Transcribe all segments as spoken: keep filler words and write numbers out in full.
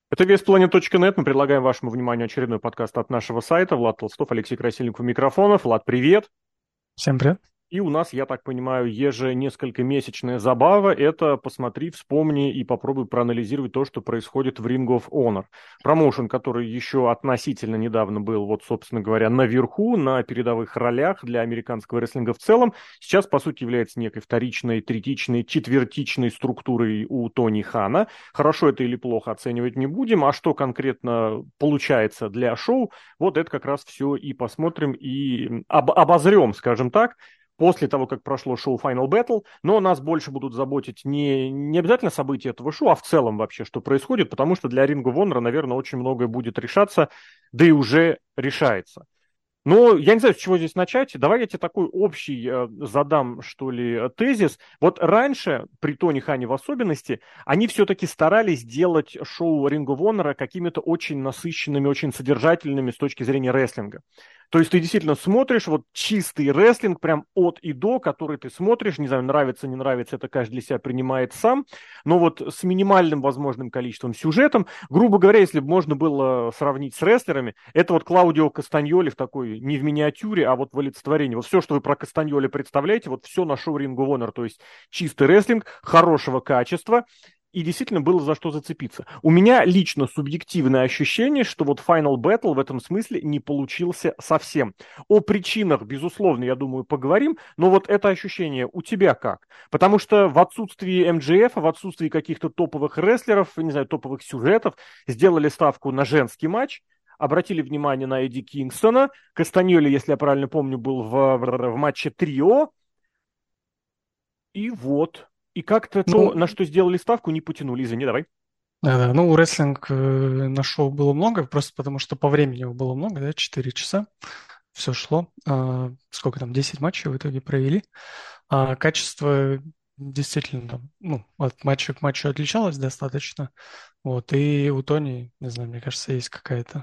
Это весьplanet точка нет. Мы предлагаем вашему вниманию очередной подкаст от нашего сайта. Влад Толстов, Алексей Красильников у микрофонов. Влад, привет. Всем привет. И у нас, я так понимаю, еженесколькомесячная забава– это посмотри, вспомни и попробуй проанализировать то, что происходит в Ring of Honor. Промоушен, который еще относительно недавно был, вот, собственно говоря, наверху, на передовых ролях для американского рестлинга в целом, сейчас, по сути, является некой вторичной, третичной, четвертичной структурой у Тони Хана. Хорошо это или плохо оценивать не будем, а что конкретно получается для шоу, вот это как раз все и посмотрим, и об- обозрем, скажем так, после того, как прошло шоу Final Battle, но нас больше будут заботить не, не обязательно события этого шоу, а в целом вообще, что происходит, потому что для Ring of Honor, наверное, очень многое будет решаться, да и уже решается. Ну, я не знаю, с чего здесь начать. Давай я тебе такой общий э, задам, что ли, тезис. Вот раньше, при Тони Хане в особенности, они все-таки старались делать шоу Ring of Honor какими-то очень насыщенными, очень содержательными с точки зрения рестлинга. То есть ты действительно смотришь вот чистый рестлинг прям от и до, который ты смотришь, не знаю, нравится, не нравится, это каждый для себя принимает сам, но вот с минимальным возможным количеством сюжетом. Грубо говоря, если бы можно было сравнить с рестлерами, это вот Клаудио Кастаньоли в такой, не в миниатюре, а вот в олицетворении. Вот все, что вы про Кастаньоли представляете, вот все на шоу Ring of Honor, то есть чистый рестлинг, хорошего качества, и действительно было за что зацепиться. У меня лично субъективное ощущение, что вот Final Battle в этом смысле не получился совсем. О причинах, безусловно, я думаю, поговорим, но вот это ощущение у тебя как? Потому что в отсутствии эм джей эф, в отсутствии каких-то топовых рестлеров, не знаю, топовых сюжетов, сделали ставку на женский матч, обратили внимание на Эдди Кингстона, Кастаньоли, если я правильно помню, был в, в, в матче трио, и вот. И как-то то, Ну, на что сделали ставку, не потянули. Извини, давай. да, да. Ну, рестлинг э, на шоу было много, просто потому что по времени его было много, да, четыре часа. Все шло. А, сколько там, десять матчей в итоге провели. А качество действительно там, ну, от матча к матчу отличалось достаточно. Вот. И у Тони, не знаю, мне кажется, есть какая-то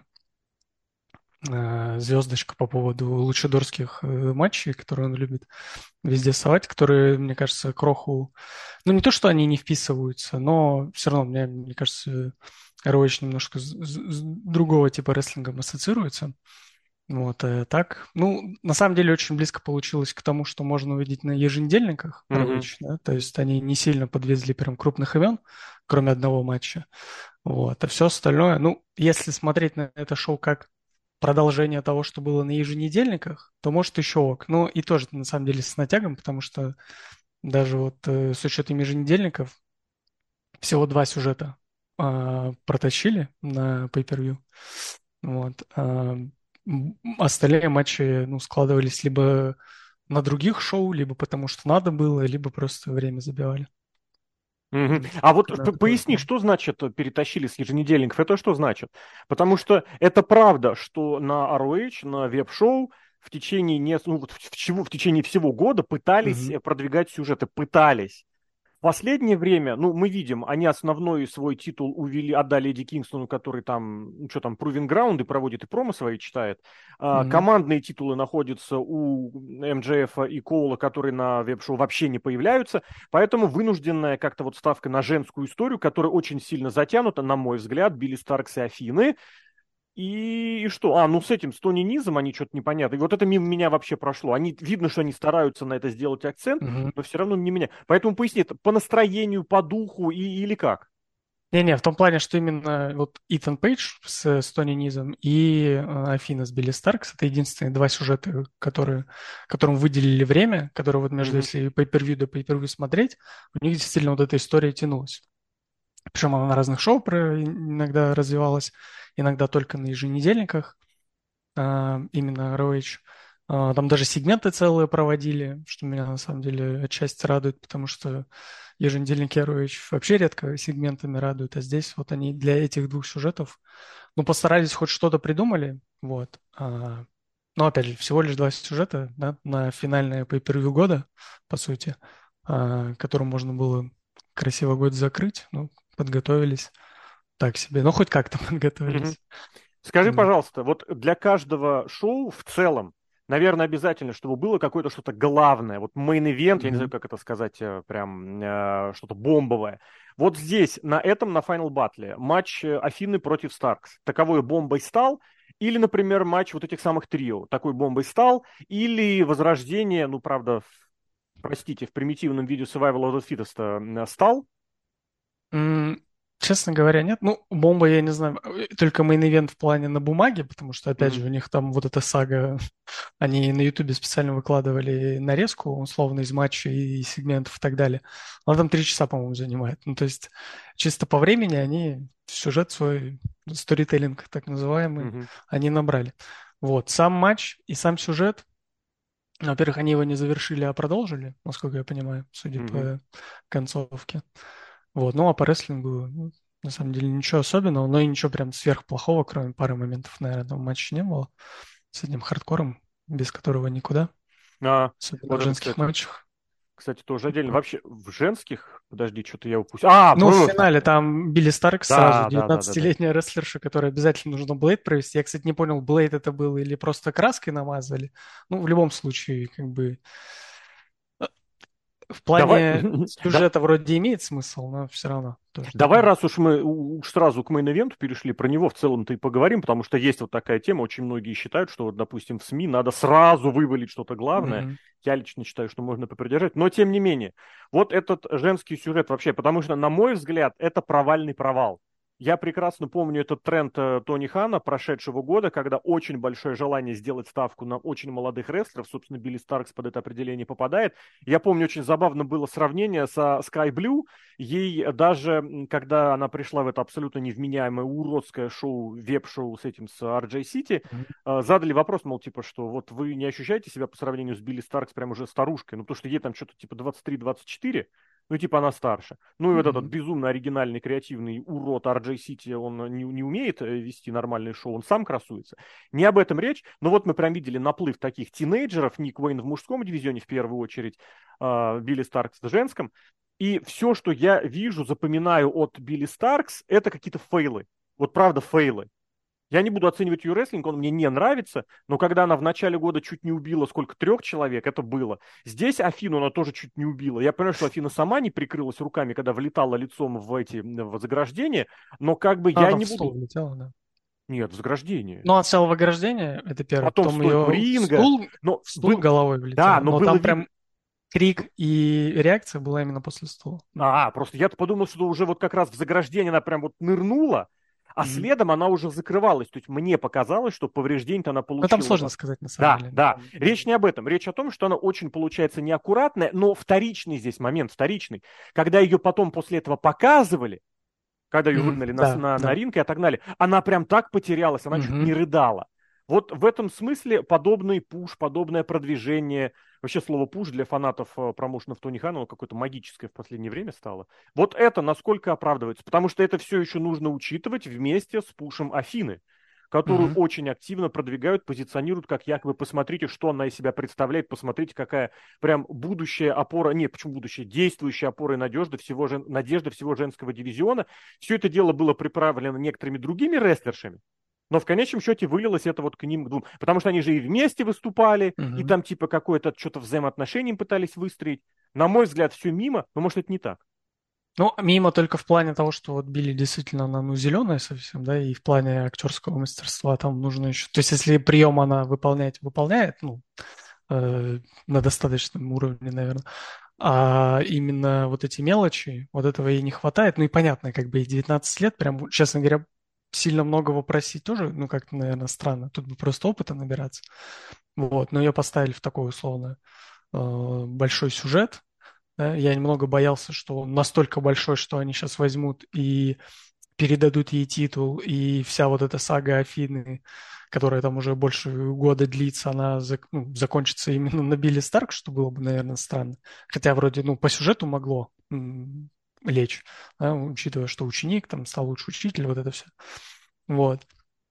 э, звездочка по поводу лучедорских э, матчей, которые он любит везде совать, которые, мне кажется, кроху... Ну, не то, что они не вписываются, но все равно, мне, мне кажется, эр о эйч немножко с, с- с другого типа рестлингом ассоциируется. Вот, э, так. Ну, на самом деле, очень близко получилось к тому, что можно увидеть на еженедельниках Мгм. эр о эйч, да? То есть они не сильно подвезли прям крупных имен, кроме одного матча. Вот, а все остальное, ну, если смотреть на это шоу как продолжение того, что было на еженедельниках, то может еще ок. Ну, и тоже, на самом деле, с натягом, потому что даже вот э, с учетом еженедельников всего два сюжета а, протащили на pay-per-view. Вот. А, м, остальные матчи, ну, складывались либо на других шоу, либо потому что надо было, либо просто время забивали. Мгм. Вот А вот примерно п- такой поясни, план. что значит э, перетащили с еженедельников? Это что значит? Потому что это правда, что на ар о эйч, на веб-шоу в течение, не, ну, вот в, в чего- в течение всего года пытались Мгм. э, продвигать сюжеты, пытались. Последнее время, ну, мы видим, они основной свой титул увели, отдали Эдди Кингстону, который там, ну, что там, Proving Ground и проводит, и промо свои читает. А, Мгм. командные титулы находятся у эм джей эф и Коула, которые на веб-шоу вообще не появляются. Поэтому вынужденная как-то вот ставка на женскую историю, которая очень сильно затянута, на мой взгляд, Билли Старкс и Афины. И, и что? А, ну с этим, с Тони Низом они что-то непонятно. И вот это мимо меня вообще прошло. Они, видно, что они стараются на это сделать акцент, Мгм. но все равно не меня. Поэтому поясни, это по настроению, по духу и, или как? Не-не, в том плане, что именно вот Итан Пейдж с, с Тони Низом и э, Афина с Билли Старкс — это единственные два сюжета, которые, которым выделили время, которые вот между, Мгм. если pay-per-view до pay-per-view смотреть, у них действительно вот эта история тянулась. Причем она на разных шоу про- иногда развивалась, иногда только на еженедельниках, а, именно эр о эйч. А, Там даже сегменты целые проводили, что меня на самом деле отчасти радует, потому что еженедельники эр о эйч вообще редко сегментами радуют, а здесь вот они для этих двух сюжетов, ну, постарались, хоть что-то придумали, вот. А, Но, опять же, всего лишь два сюжета, да, на финальное pay-per-view года, по сути, а, которым можно было красиво год закрыть, ну, подготовились так себе, ну, хоть как-то Мгм. подготовились. Скажи, Вот. пожалуйста, вот для каждого шоу в целом, наверное, обязательно, чтобы было какое-то что-то главное. Вот мейн-ивент, я не знаю, Мгм. как это сказать, э, прям э, что-то бомбовое. Вот здесь, на этом, на Final Battle, матч э, Афины против Старкс. Таковой бомбой стал. Или, например, матч вот этих самых трио. Такой бомбой стал. Или возрождение, ну, правда, в- простите, в примитивном виде Survival of the Fittest э, стал. М, Честно говоря, нет. Ну, бомба, я не знаю, э, только мейн-ивент в плане на бумаге, потому что, опять же, у них там вот эта сага, они на Ютубе специально выкладывали нарезку, условно, из матчей и сегментов и так далее. Она там три часа, по-моему, занимает. Ну, то есть, чисто по времени они сюжет свой, сторителлинг так называемый, Мгм. они набрали. Вот, сам матч и сам сюжет, во-первых, они его не завершили, а продолжили, насколько я понимаю, судя Мгм. по концовке. Вот, ну а по рестлингу, ну, на самом деле, ничего особенного, но и ничего прям сверхплохого, кроме пары моментов, наверное, в матче не было. С этим хардкором, без которого никуда, А, особенно в вот это, женских кстати, матчах. кстати, тоже отдельно. Вообще, в женских, подожди, что-то я упустил. А, Ну, в вот, финале там Билли Старкс сразу, да, да, да, да, да. девятнадцатилетняя рестлерша, которая обязательно нужно Блейд провести. Я, кстати, не понял, Блейд это был или просто краской намазали. Ну, в любом случае, как бы, э, в Давай, плане да, сюжета вроде имеет смысл, но все равно тоже давай, такое. раз уж мы у- уж сразу к мейн-ивенту перешли, про него в целом-то и поговорим, потому что есть вот такая тема, очень многие считают, что вот, допустим, в СМИ надо сразу вывалить что-то главное. Мгм. Я лично считаю, что можно попридержать, но тем не менее, вот этот женский сюжет вообще, потому что, на мой взгляд, это провальный провал. Я прекрасно помню этот тренд э, Тони Хана прошедшего года, когда очень большое желание сделать ставку на очень молодых рестлеров, собственно, Билли Старкс под это определение попадает. Я помню, очень забавно было сравнение со Sky Blue. Ей даже, м, когда она пришла в это абсолютно невменяемое уродское шоу, веб-шоу с этим, с ар джей City, Мгм. э, задали вопрос, мол, типа, что вот вы не ощущаете себя по сравнению с Билли Старкс прям уже старушкой? Ну, потому что ей там что-то типа двадцать три двадцать четыре, ну, типа она старше. Ну, и вот этот Мгм. безумно оригинальный, креативный урод ар джей City, он не, не умеет э, вести нормальное шоу, он сам красуется. Не об этом речь, но вот мы прям видели наплыв таких тинейджеров, Ник Уэйн в мужском дивизионе в первую очередь, э, Билли Старкс в женском, и все, что я вижу, запоминаю от Билли Старкс, это какие-то фейлы. Вот правда фейлы. Я не буду оценивать ее рестлинг, он мне не нравится, но когда она в начале года чуть не убила сколько, трех человек, это было. Здесь Афину она тоже чуть не убила. Я понимаю, что Афина сама не прикрылась руками, когда влетала лицом в эти в заграждения, но как бы Она я там не в стол буду... влетела, да. Нет, в заграждение. Ну, от целого ограждения, это первое. Потом в Потом стойку ее в ринга. стул, Но в стул был... головой Да, влетела. но Но было там видно... прям крик и реакция была именно после стула. Да. А, просто я-то подумал, что уже вот как раз в заграждение она прям вот нырнула, а Мгм. следом она уже закрывалась. То есть мне показалось, что повреждений-то она Ну, там получила. сложно Да, сказать, на самом да. деле. Да. Там, Речь не об этом. Речь о том, что она очень получается неаккуратная, но вторичный здесь момент, вторичный. Когда ее потом после этого показывали, когда ее мгм. выгнали на, Да, на, на да. ринг и отогнали, она прям так потерялась, она чуть Мгм. не рыдала. Вот в этом смысле подобный пуш, подобное продвижение, вообще слово пуш для фанатов э, промоушенов Тони Хана, оно какое-то магическое в последнее время стало. Вот это насколько оправдывается, потому что это все еще нужно учитывать вместе с пушем Афины, которую Мгм. очень активно продвигают, позиционируют, как якобы посмотрите, что она из себя представляет, посмотрите, какая прям будущая опора, нет, почему будущая, действующая опора и надежда всего, жен, надежда всего женского дивизиона. Все это дело было приправлено некоторыми другими рестлершами, но в конечном счете вылилось это вот к ним двум. Потому что они же и вместе выступали, и Мгм. там типа какое-то что-то взаимоотношения пытались выстроить. На мой взгляд, все мимо, но может это не так. Ну, мимо только в плане того, что вот Билли действительно она, ну, зеленая совсем, да, и в плане актерского мастерства там нужно еще... То есть, если прием она выполняет, выполняет, ну, э, на достаточном уровне, наверное, а именно вот эти мелочи, вот этого ей не хватает. Ну и понятно, как бы ей девятнадцать лет, прям, честно говоря, сильно многого просить тоже, ну как-то, наверное, странно. Тут бы просто опыта набираться. Вот, но ее поставили в такой условно э, большой сюжет. Да. Я немного боялся, что он настолько большой, что они сейчас возьмут и передадут ей титул, и вся вот эта сага Афины, которая там уже больше года длится, она зак- ну, закончится именно на Билли Старк, что было бы, наверное, странно. Хотя вроде, ну, по сюжету могло м, лечь, да, учитывая, что ученик там стал лучше учитель, вот это все. Вот.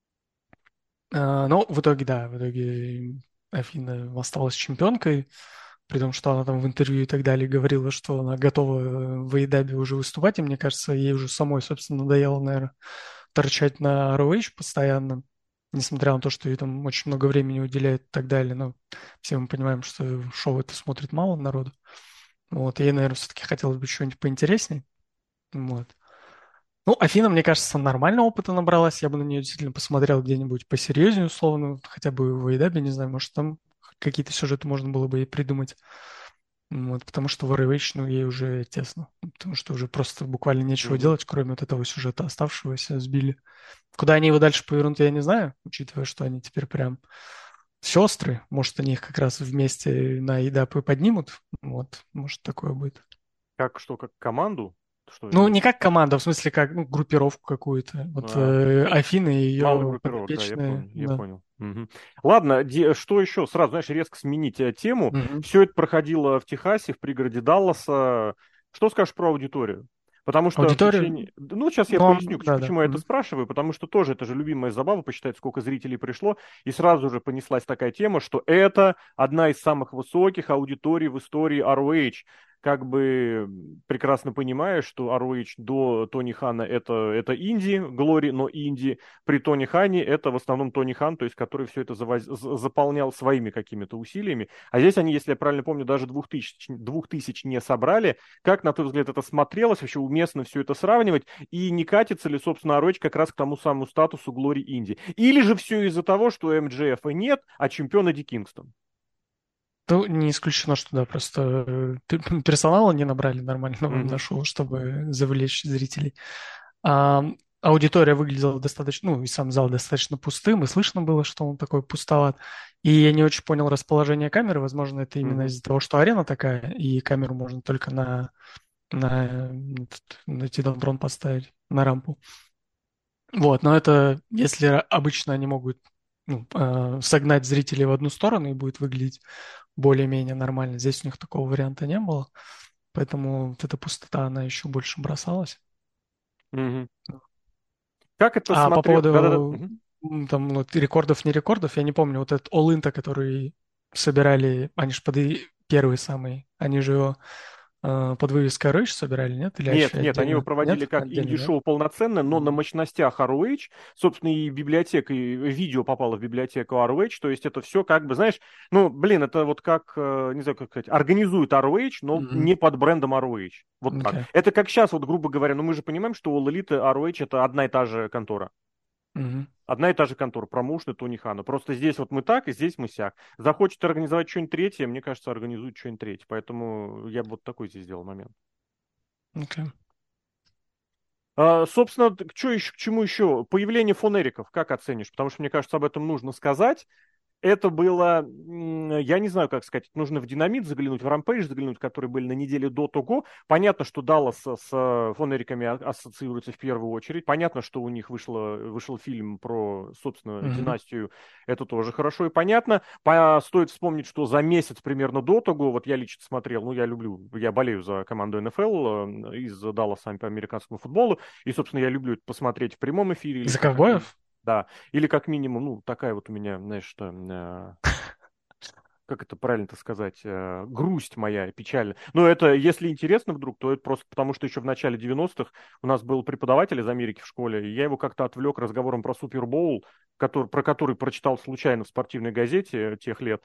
А, но в итоге, да, в итоге Афина осталась чемпионкой, при том, что она там в интервью и так далее говорила, что она готова э, в Эйдабе уже выступать, и мне кажется, ей уже самой, собственно, надоело, наверное, торчать на ар о эйч постоянно. несмотря на то, что ей там очень много времени уделяют и так далее, но все мы понимаем, что шоу это смотрит мало народу. Вот, ей, наверное, все-таки хотелось бы чего-нибудь поинтереснее. Вот. Ну, Афина, мне кажется, нормального опыта набралась. Я бы на нее действительно посмотрел где-нибудь посерьезнее, условно, хотя бы в Эйдабе, не знаю, может, там какие-то сюжеты можно было бы и придумать. Вот, потому что в эр эйч, ну, ей уже тесно. Потому что уже просто буквально нечего Мгм. делать, кроме вот этого сюжета оставшегося сбили. Куда они его дальше повернут, я не знаю, учитывая, что они теперь прям сестры. Может, они их как раз вместе на Эйдап и поднимут. Вот, может, такое будет. Как что, как команду? Что Ну, имеешь? не как команда, в смысле, как ну, группировку какую-то. Вот А, э, Афина и малых ее группировок, да, я подопечные, понял, я да. понял. Мгм. Ладно, де- что еще? Сразу, знаешь, резко сменить э, тему. Мгм. Все это проходило в Техасе, в пригороде Далласа. Что скажешь про аудиторию? Потому что в Аудитория, течение... Ну, сейчас я но, поясню, да, да. почему я это Мгм. спрашиваю. Потому что тоже это же любимая забава, посчитать, сколько зрителей пришло. И сразу же понеслась такая тема, что это одна из самых высоких аудиторий в истории ар о эйч. Как бы прекрасно понимаешь, что ар о эйч до Тони Хана это, это инди, Глори, но инди. При Тони Хане это в основном Тони Хан, то есть который все это завоз- з- заполнял своими какими-то усилиями. А здесь они, если я правильно помню, даже двух тысяч, двух тысяч не собрали. Как, на твой взгляд, это смотрелось? Вообще уместно все это сравнивать? И не катится ли, собственно, ар о эйч как раз к тому самому статусу Глори инди? Или же все из-за того, что эм джей эф нет, а чемпион Эдди Кингстон? Ну, не исключено, что да, просто э, пер- персонала не набрали нормального на Мгм. шоу, чтобы завлечь зрителей. А, аудитория выглядела достаточно, ну, и сам зал достаточно пустым, и слышно было, что он такой пустоват. И я не очень понял расположение камеры. Возможно, это именно Мгм. из-за того, что арена такая, и камеру можно только на, на, э, этот, на Титантрон поставить, на рампу. Вот, но это если обычно они могут ну, э, согнать зрителей в одну сторону и будет выглядеть более-менее нормально. Здесь у них такого варианта не было, поэтому вот эта пустота, она еще больше бросалась. Мгм. Как это А по смотрел? Да-да-да. поводу Мгм. м, там вот рекордов, не рекордов, я не помню, вот этот All In, который собирали, они же под и- первый самый, они же его э, под вывеской Рыж собирали, нет? Или Нет, еще нет, они его отдельно? проводили Нет? как Отдельно, да? инди-шоу полноценно, но на Мгм. мощностях ар о эйч, собственно, и библиотека, и видео попало в библиотеку ар о эйч, то есть это все как бы, знаешь, ну, блин, это вот как, э, не знаю, как сказать, организует ар о эйч, но Мгм. не под брендом ар о эйч. Вот так. Окей. Это как сейчас, вот, грубо говоря, ну, мы же понимаем, что у All Elite ар о эйч это одна и та же контора. Мгм. Одна и та же контора, промоушен Тони Хана. Просто здесь вот мы так, и здесь мы сяк. Захочет организовать что-нибудь третье, мне кажется, организует что-нибудь третье. Поэтому я бы вот такой здесь сделал момент. Окей. А, собственно, к, чё еще, к чему еще? Появление фонериков, как оценишь? Потому что, мне кажется, об этом нужно сказать. Это было, м, я не знаю, как сказать, нужно в Динамит заглянуть, в Рампейдж заглянуть, которые были на неделе до того. Понятно, что Даллас с, с фонериками а- ассоциируется в первую очередь. Понятно, что у них вышло, вышел фильм про, собственно, Мгм. династию. Это тоже хорошо и понятно. По, стоит вспомнить, что за месяц примерно до того, вот я лично смотрел, ну, я люблю, я болею за команду эн эф эл э, из Далласа по американскому футболу. И, собственно, я люблю это посмотреть в прямом эфире или За как, как минимум. ковбоев? Да, или как минимум, ну, такая вот у меня, знаешь, что, э, как это правильно-то сказать, э, грусть моя, печально. Но это, если интересно вдруг, то это просто потому, что еще в начале девяностых у нас был преподаватель из Америки в школе, и я его как-то отвлек разговором про Супербоул, который, про который прочитал случайно в спортивной газете тех лет.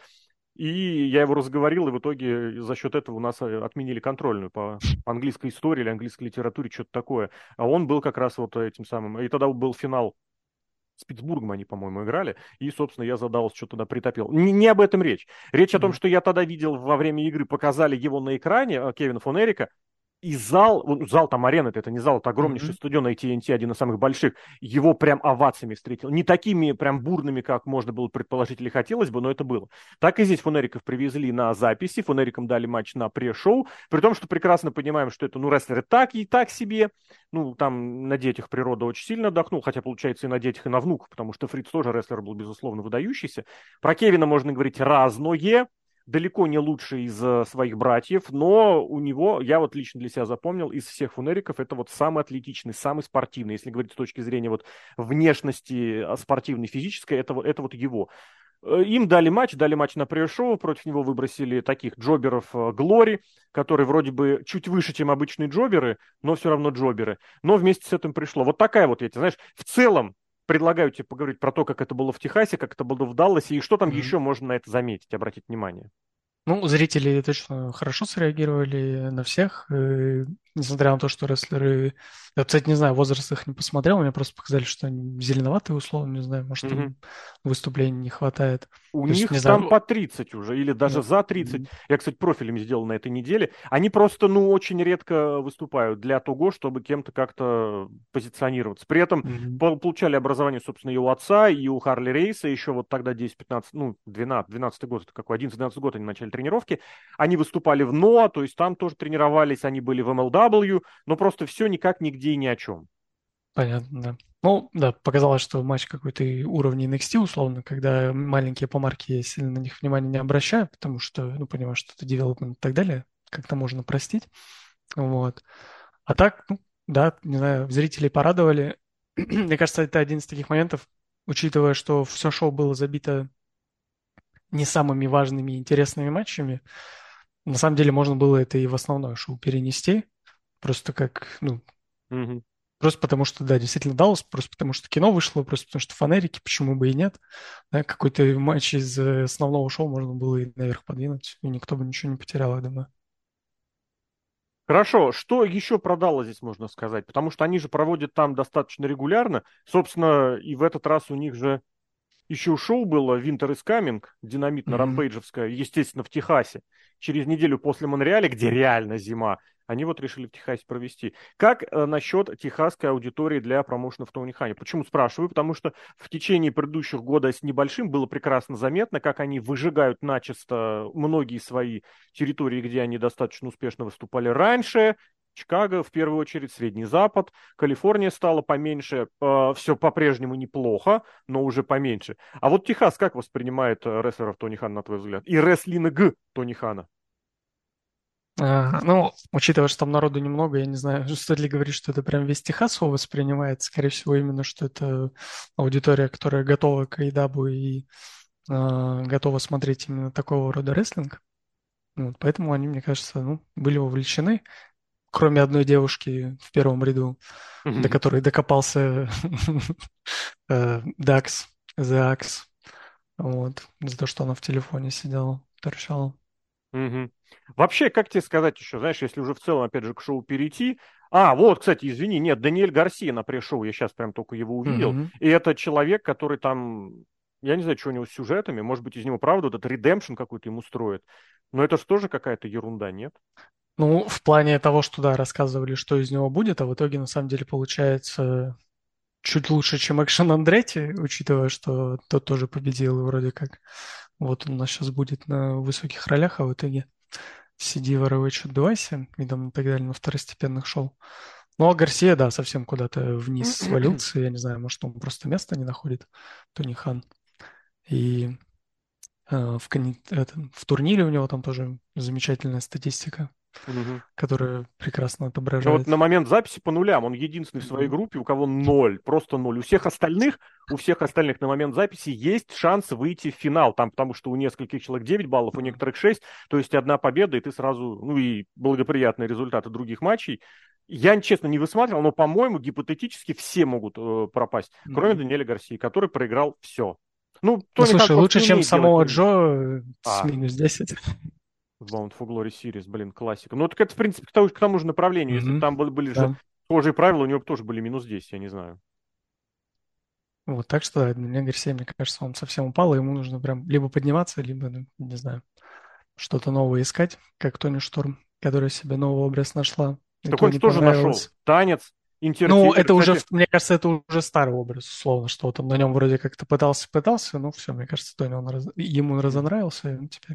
И я его разговорил, и в итоге за счет этого у нас э, отменили контрольную по английской истории или английской литературе, что-то такое. А он был как раз вот этим самым. И тогда был финал с Питтсбургом они, по-моему, играли, и, собственно, я задал, что туда притопил. Не, не об этом речь. Речь о том, Мгм. что я тогда видел во время игры, показали его на экране, э, Кевина фон Эрика, и зал, ну, зал там арена, это не зал, это огромнейший Мгм. стадион эй ти энд ти, один из самых больших, его прям овациями встретил. Не такими прям бурными, как можно было предположить или хотелось бы, но это было. Так и здесь фонариков привезли на записи, фонарикам дали матч на пре-шоу, при том, что прекрасно понимаем, что это, ну, рестлеры так и так себе, ну, там на детях природа очень сильно отдохнул, хотя, получается, и на детях, и на внуках, потому что Фриц тоже рестлер был, безусловно, выдающийся. Про Кевина можно говорить разное, далеко не лучший из э, своих братьев, но у него, я вот лично для себя запомнил, из всех фунериков это вот самый атлетичный, самый спортивный, если говорить с точки зрения вот внешности э, спортивной, физической, это, вот- это вот его. Э, Им дали матч, дали матч на пресс-шоу, против него выбросили таких джоберов э, Глори, которые вроде бы чуть выше, чем обычные джоберы, но все равно джоберы. Но вместе с этим пришло. Вот такая вот, я тебе, знаешь, в целом предлагаю тебе поговорить про то, как это было в Техасе, как это было в Далласе, и что там Мгм. еще можно на это заметить, обратить внимание. Ну, зрители точно хорошо среагировали на всех, э, несмотря на то, что рестлеры... Я, кстати, не знаю, возраст их не посмотрел, мне просто показали, что они зеленоватые, условно, не знаю, может, Мгм. им выступлений не хватает. У То есть, не них знаю, там ну, по тридцать уже, или даже да. за тридцать. Мгм. Я, кстати, профилем сделал на этой неделе. Они просто, ну, очень редко выступают для того, чтобы кем-то как-то позиционироваться. При этом Мгм. пол- получали образование, собственно, и у отца, и у Харли Рейса, еще вот тогда десять-пятнадцать, ну, двенадцать, двенадцатый год, это какой, одиннадцать-двенадцатый год они начали тренировки. Они выступали в НОА, то есть там тоже тренировались, они были в эм эл дабл ю, но просто все никак, нигде и ни о чем. Понятно, да. Ну, да, показалось, что матч какой-то и уровня эн экс ти, условно, когда маленькие помарки, я сильно на них внимания не обращаю, потому что, ну, понимаю, что это девелопмент и так далее, как-то можно простить. Вот. А так, ну, да, не знаю, зрителей порадовали. Мне кажется, это один из таких моментов, учитывая, что все шоу было забито не самыми важными и интересными матчами, на самом деле можно было это и в основное шоу перенести, просто как, ну, Мгм. просто потому что, да, действительно Даллас, просто потому что кино вышло, просто потому что фанерики, почему бы и нет. Да, какой-то матч из э, основного шоу можно было и наверх подвинуть, и никто бы ничего не потерял, я думаю. Хорошо, что еще про Даллас здесь можно сказать? Потому что они же проводят там достаточно регулярно. Собственно, и в этот раз у них же еще шоу было Winter is Coming, Мгм. динамитно-рампейджевское, естественно, в Техасе. Через неделю после Монреаля, где реально зима, они вот решили в Техасе провести. Как э, насчет техасской аудитории для промоушена в Тони Хане? Почему спрашиваю? Потому что в течение предыдущих года с небольшим было прекрасно заметно, как они выжигают начисто многие свои территории, где они достаточно успешно выступали раньше. Чикаго, в первую очередь, Средний Запад, Калифорния стала поменьше, э, все по-прежнему неплохо, но уже поменьше. А вот Техас как воспринимает э, рестлеров Тони Хана, на твой взгляд? И рестлинг Тони Хана? А, ну, учитывая, что там народу немного, я не знаю, стоит ли говорить, что это прям весь Техас его воспринимает. Скорее всего, именно, что это аудитория, которая готова к эйдабу и а, готова смотреть именно такого рода рестлинг. Вот, поэтому они, мне кажется, ну, были вовлечены. Кроме одной девушки в первом ряду, до которой докопался э, Дакс, The Axe, вот, за то, что она в телефоне сидела, торчала. Мгм. Вообще, как тебе сказать еще, знаешь, если уже в целом, опять же, к шоу перейти. А, вот, кстати, извини, нет, Даниэль Гарсия на пресс-шоу, я сейчас прям только его увидел. Мгм. И это человек, который там, я не знаю, что у него с сюжетами, может быть, из него правда вот этот редемпшн какой-то ему строит. Но это же тоже какая-то ерунда, нет? Ну, в плане того, что, да, рассказывали, что из него будет, а в итоге, на самом деле, получается чуть лучше, чем Экшен Андретти, учитывая, что тот тоже победил, и вроде как вот он у нас сейчас будет на высоких ролях, а в итоге сиди, воровой, отбивайся, и там и так далее, на второстепенных шоу. Ну, а Гарсия, да, совсем куда-то вниз свалился. Я не знаю, может, он просто места не находит, Тони Хан. И э, в, кони- это, в турнире у него там тоже замечательная статистика, Мгм. которая прекрасно Но вот отображает. на момент записи по нулям. Он единственный в своей Мгм. группе, у кого ноль, просто ноль. У всех остальных, у всех остальных на момент записи есть шанс выйти в финал. Там, потому что у нескольких человек девять баллов, у Мгм. некоторых шесть. То есть одна победа, и ты сразу, ну и благоприятные результаты других матчей. Я, честно, не высматривал, но, по-моему, гипотетически все могут э, пропасть, кроме Мгм. Даниэля Гарсии, который проиграл все. Ну, Ну, Тони Хан слушай, просто лучше, не чем умеет делать самого минус. Джо э, с А, минус десять. Bound for Glory Series, блин, классика. Ну, так это, в принципе, к тому, к тому же направлению. Если бы Мгм. там были, были же Да. схожие правила, у него бы тоже были минус десять, я не знаю. Вот, так что, да, для меня Гарсия, мне кажется, он совсем упал, и ему нужно прям либо подниматься, либо, ну, не знаю, что-то новое искать, как Тони Шторм, которая себе новый образ нашла, и Так то он не же тоже нашел. понравилось. Танец, Ну, интерфейер. это уже, Кстати, мне кажется, это уже старый образ, условно, что вот он на нем вроде как-то пытался-пытался, но все, мне кажется, Тони, он раз- ему мгм, разонравился, и он теперь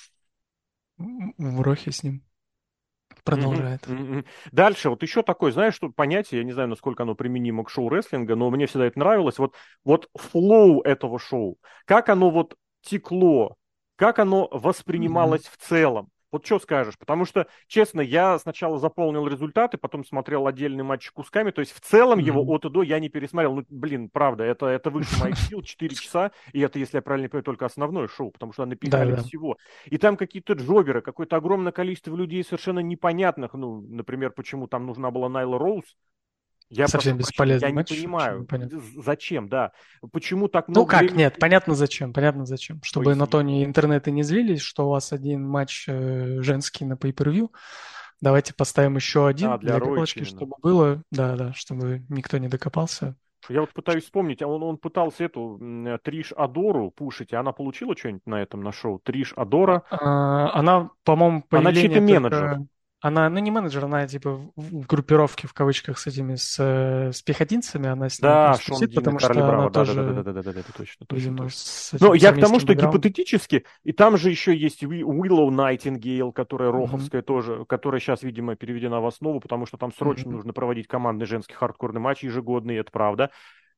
в Рохе с ним мгм, продолжает. мгм. Дальше, вот еще такое, знаешь, что понятие, я не знаю, насколько оно применимо к шоу рестлинга, но мне всегда это нравилось. Вот, вот флоу этого шоу, как оно вот текло, как оно Мгм. воспринималось в целом. Вот что скажешь? Потому что, честно, я сначала заполнил результаты, потом смотрел отдельный матч кусками. То есть в целом его Мгм. от и до я не пересмотрел. Ну, блин, правда, это, это выше моих сил, четыре часа. И это, если я правильно понимаю, только основное шоу, потому что напихали Да-да. всего. И там какие-то джоберы, какое-то огромное количество людей совершенно непонятных. Ну, например, почему там нужна была Найла Роуз. Я прошу Совсем прощения, я бесполезный не матч, вообще понимаю, непонятно. з- зачем, да. Почему так Ну много как, времени? нет, понятно зачем, понятно зачем. Чтобы на Поясни. тоне интернеты не злились, что у вас один матч э, женский на pay-per-view, давайте поставим еще А, один для для Роич галочки, именно. чтобы было, да-да, чтобы никто не докопался. Я вот пытаюсь вспомнить, а он, он пытался эту м, Триш Адору пушить, и она получила что-нибудь на этом, на шоу? Триш Адора, А, Она, по-моему, она чей-то появление менеджер. только... Она, ну, не менеджер, она типа в в группировке, в кавычках, с этими, с, э, с пехотинцами, она с ними Да, просто Шон тусит, Дина, потому Карли что она Браво, тоже, да-да-да-да-да-да-да, точно, точно, видимо, точно. с Но этим, с я к тому, армейским что бэкграундом. гипотетически, и там же еще есть Уи- Уиллоу Найтингейл, которая Мгм, роховская тоже, которая сейчас, видимо, переведена в основу, потому что там срочно мгм. нужно проводить командный женский хардкорный матч ежегодный, это правда.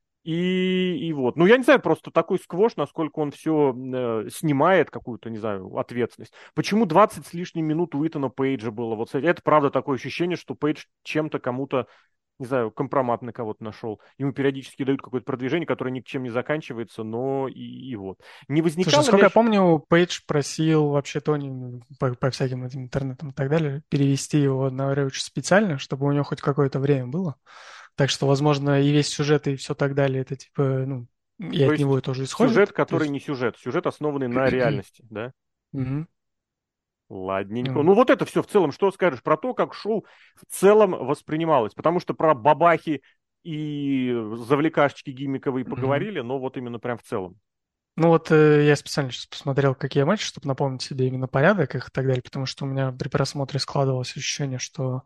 И, и вот. Ну, я не знаю, просто такой сквош, насколько он все э, снимает, какую-то, не знаю, ответственность. Почему двадцать с лишним минут у Итана Пейджа было? Вот, кстати, это правда такое ощущение, что Пейдж чем-то кому-то, не знаю, компромат на кого-то нашел. Ему периодически дают какое-то продвижение, которое ни к чем не заканчивается, но и, и вот. Не Слушай, возникало ли... сколько я ощ- помню, Пейдж просил вообще Тони ну, по, по всяким этим интернетам и так далее перевести его на Ревич специально, чтобы у него хоть какое-то время было. Так что, возможно, и весь сюжет и все так далее, это типа, ну, и То от есть него тоже сюжет, исходит. То который есть, не сюжет, сюжет, основанный на реальности, да? мгм. Ладненько. Ну, Ну вот это все в целом, что скажешь про то, как шоу в целом воспринималось? Потому что про бабахи и завлекашечки гиммиковые мгм. поговорили, но вот именно прям в целом. Ну вот э, я специально сейчас посмотрел, какие матчи, чтобы напомнить себе именно порядок их и так далее, потому что у меня при просмотре складывалось ощущение, что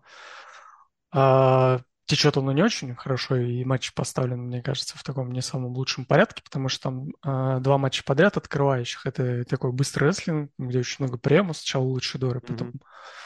а, течет он не очень хорошо, и матч поставлен, мне кажется, в таком не самом лучшем порядке, потому что там а, два матча подряд открывающих. Это такой быстрый рестлинг, где очень много приемов. Сначала Лучидоры, потом Мгм.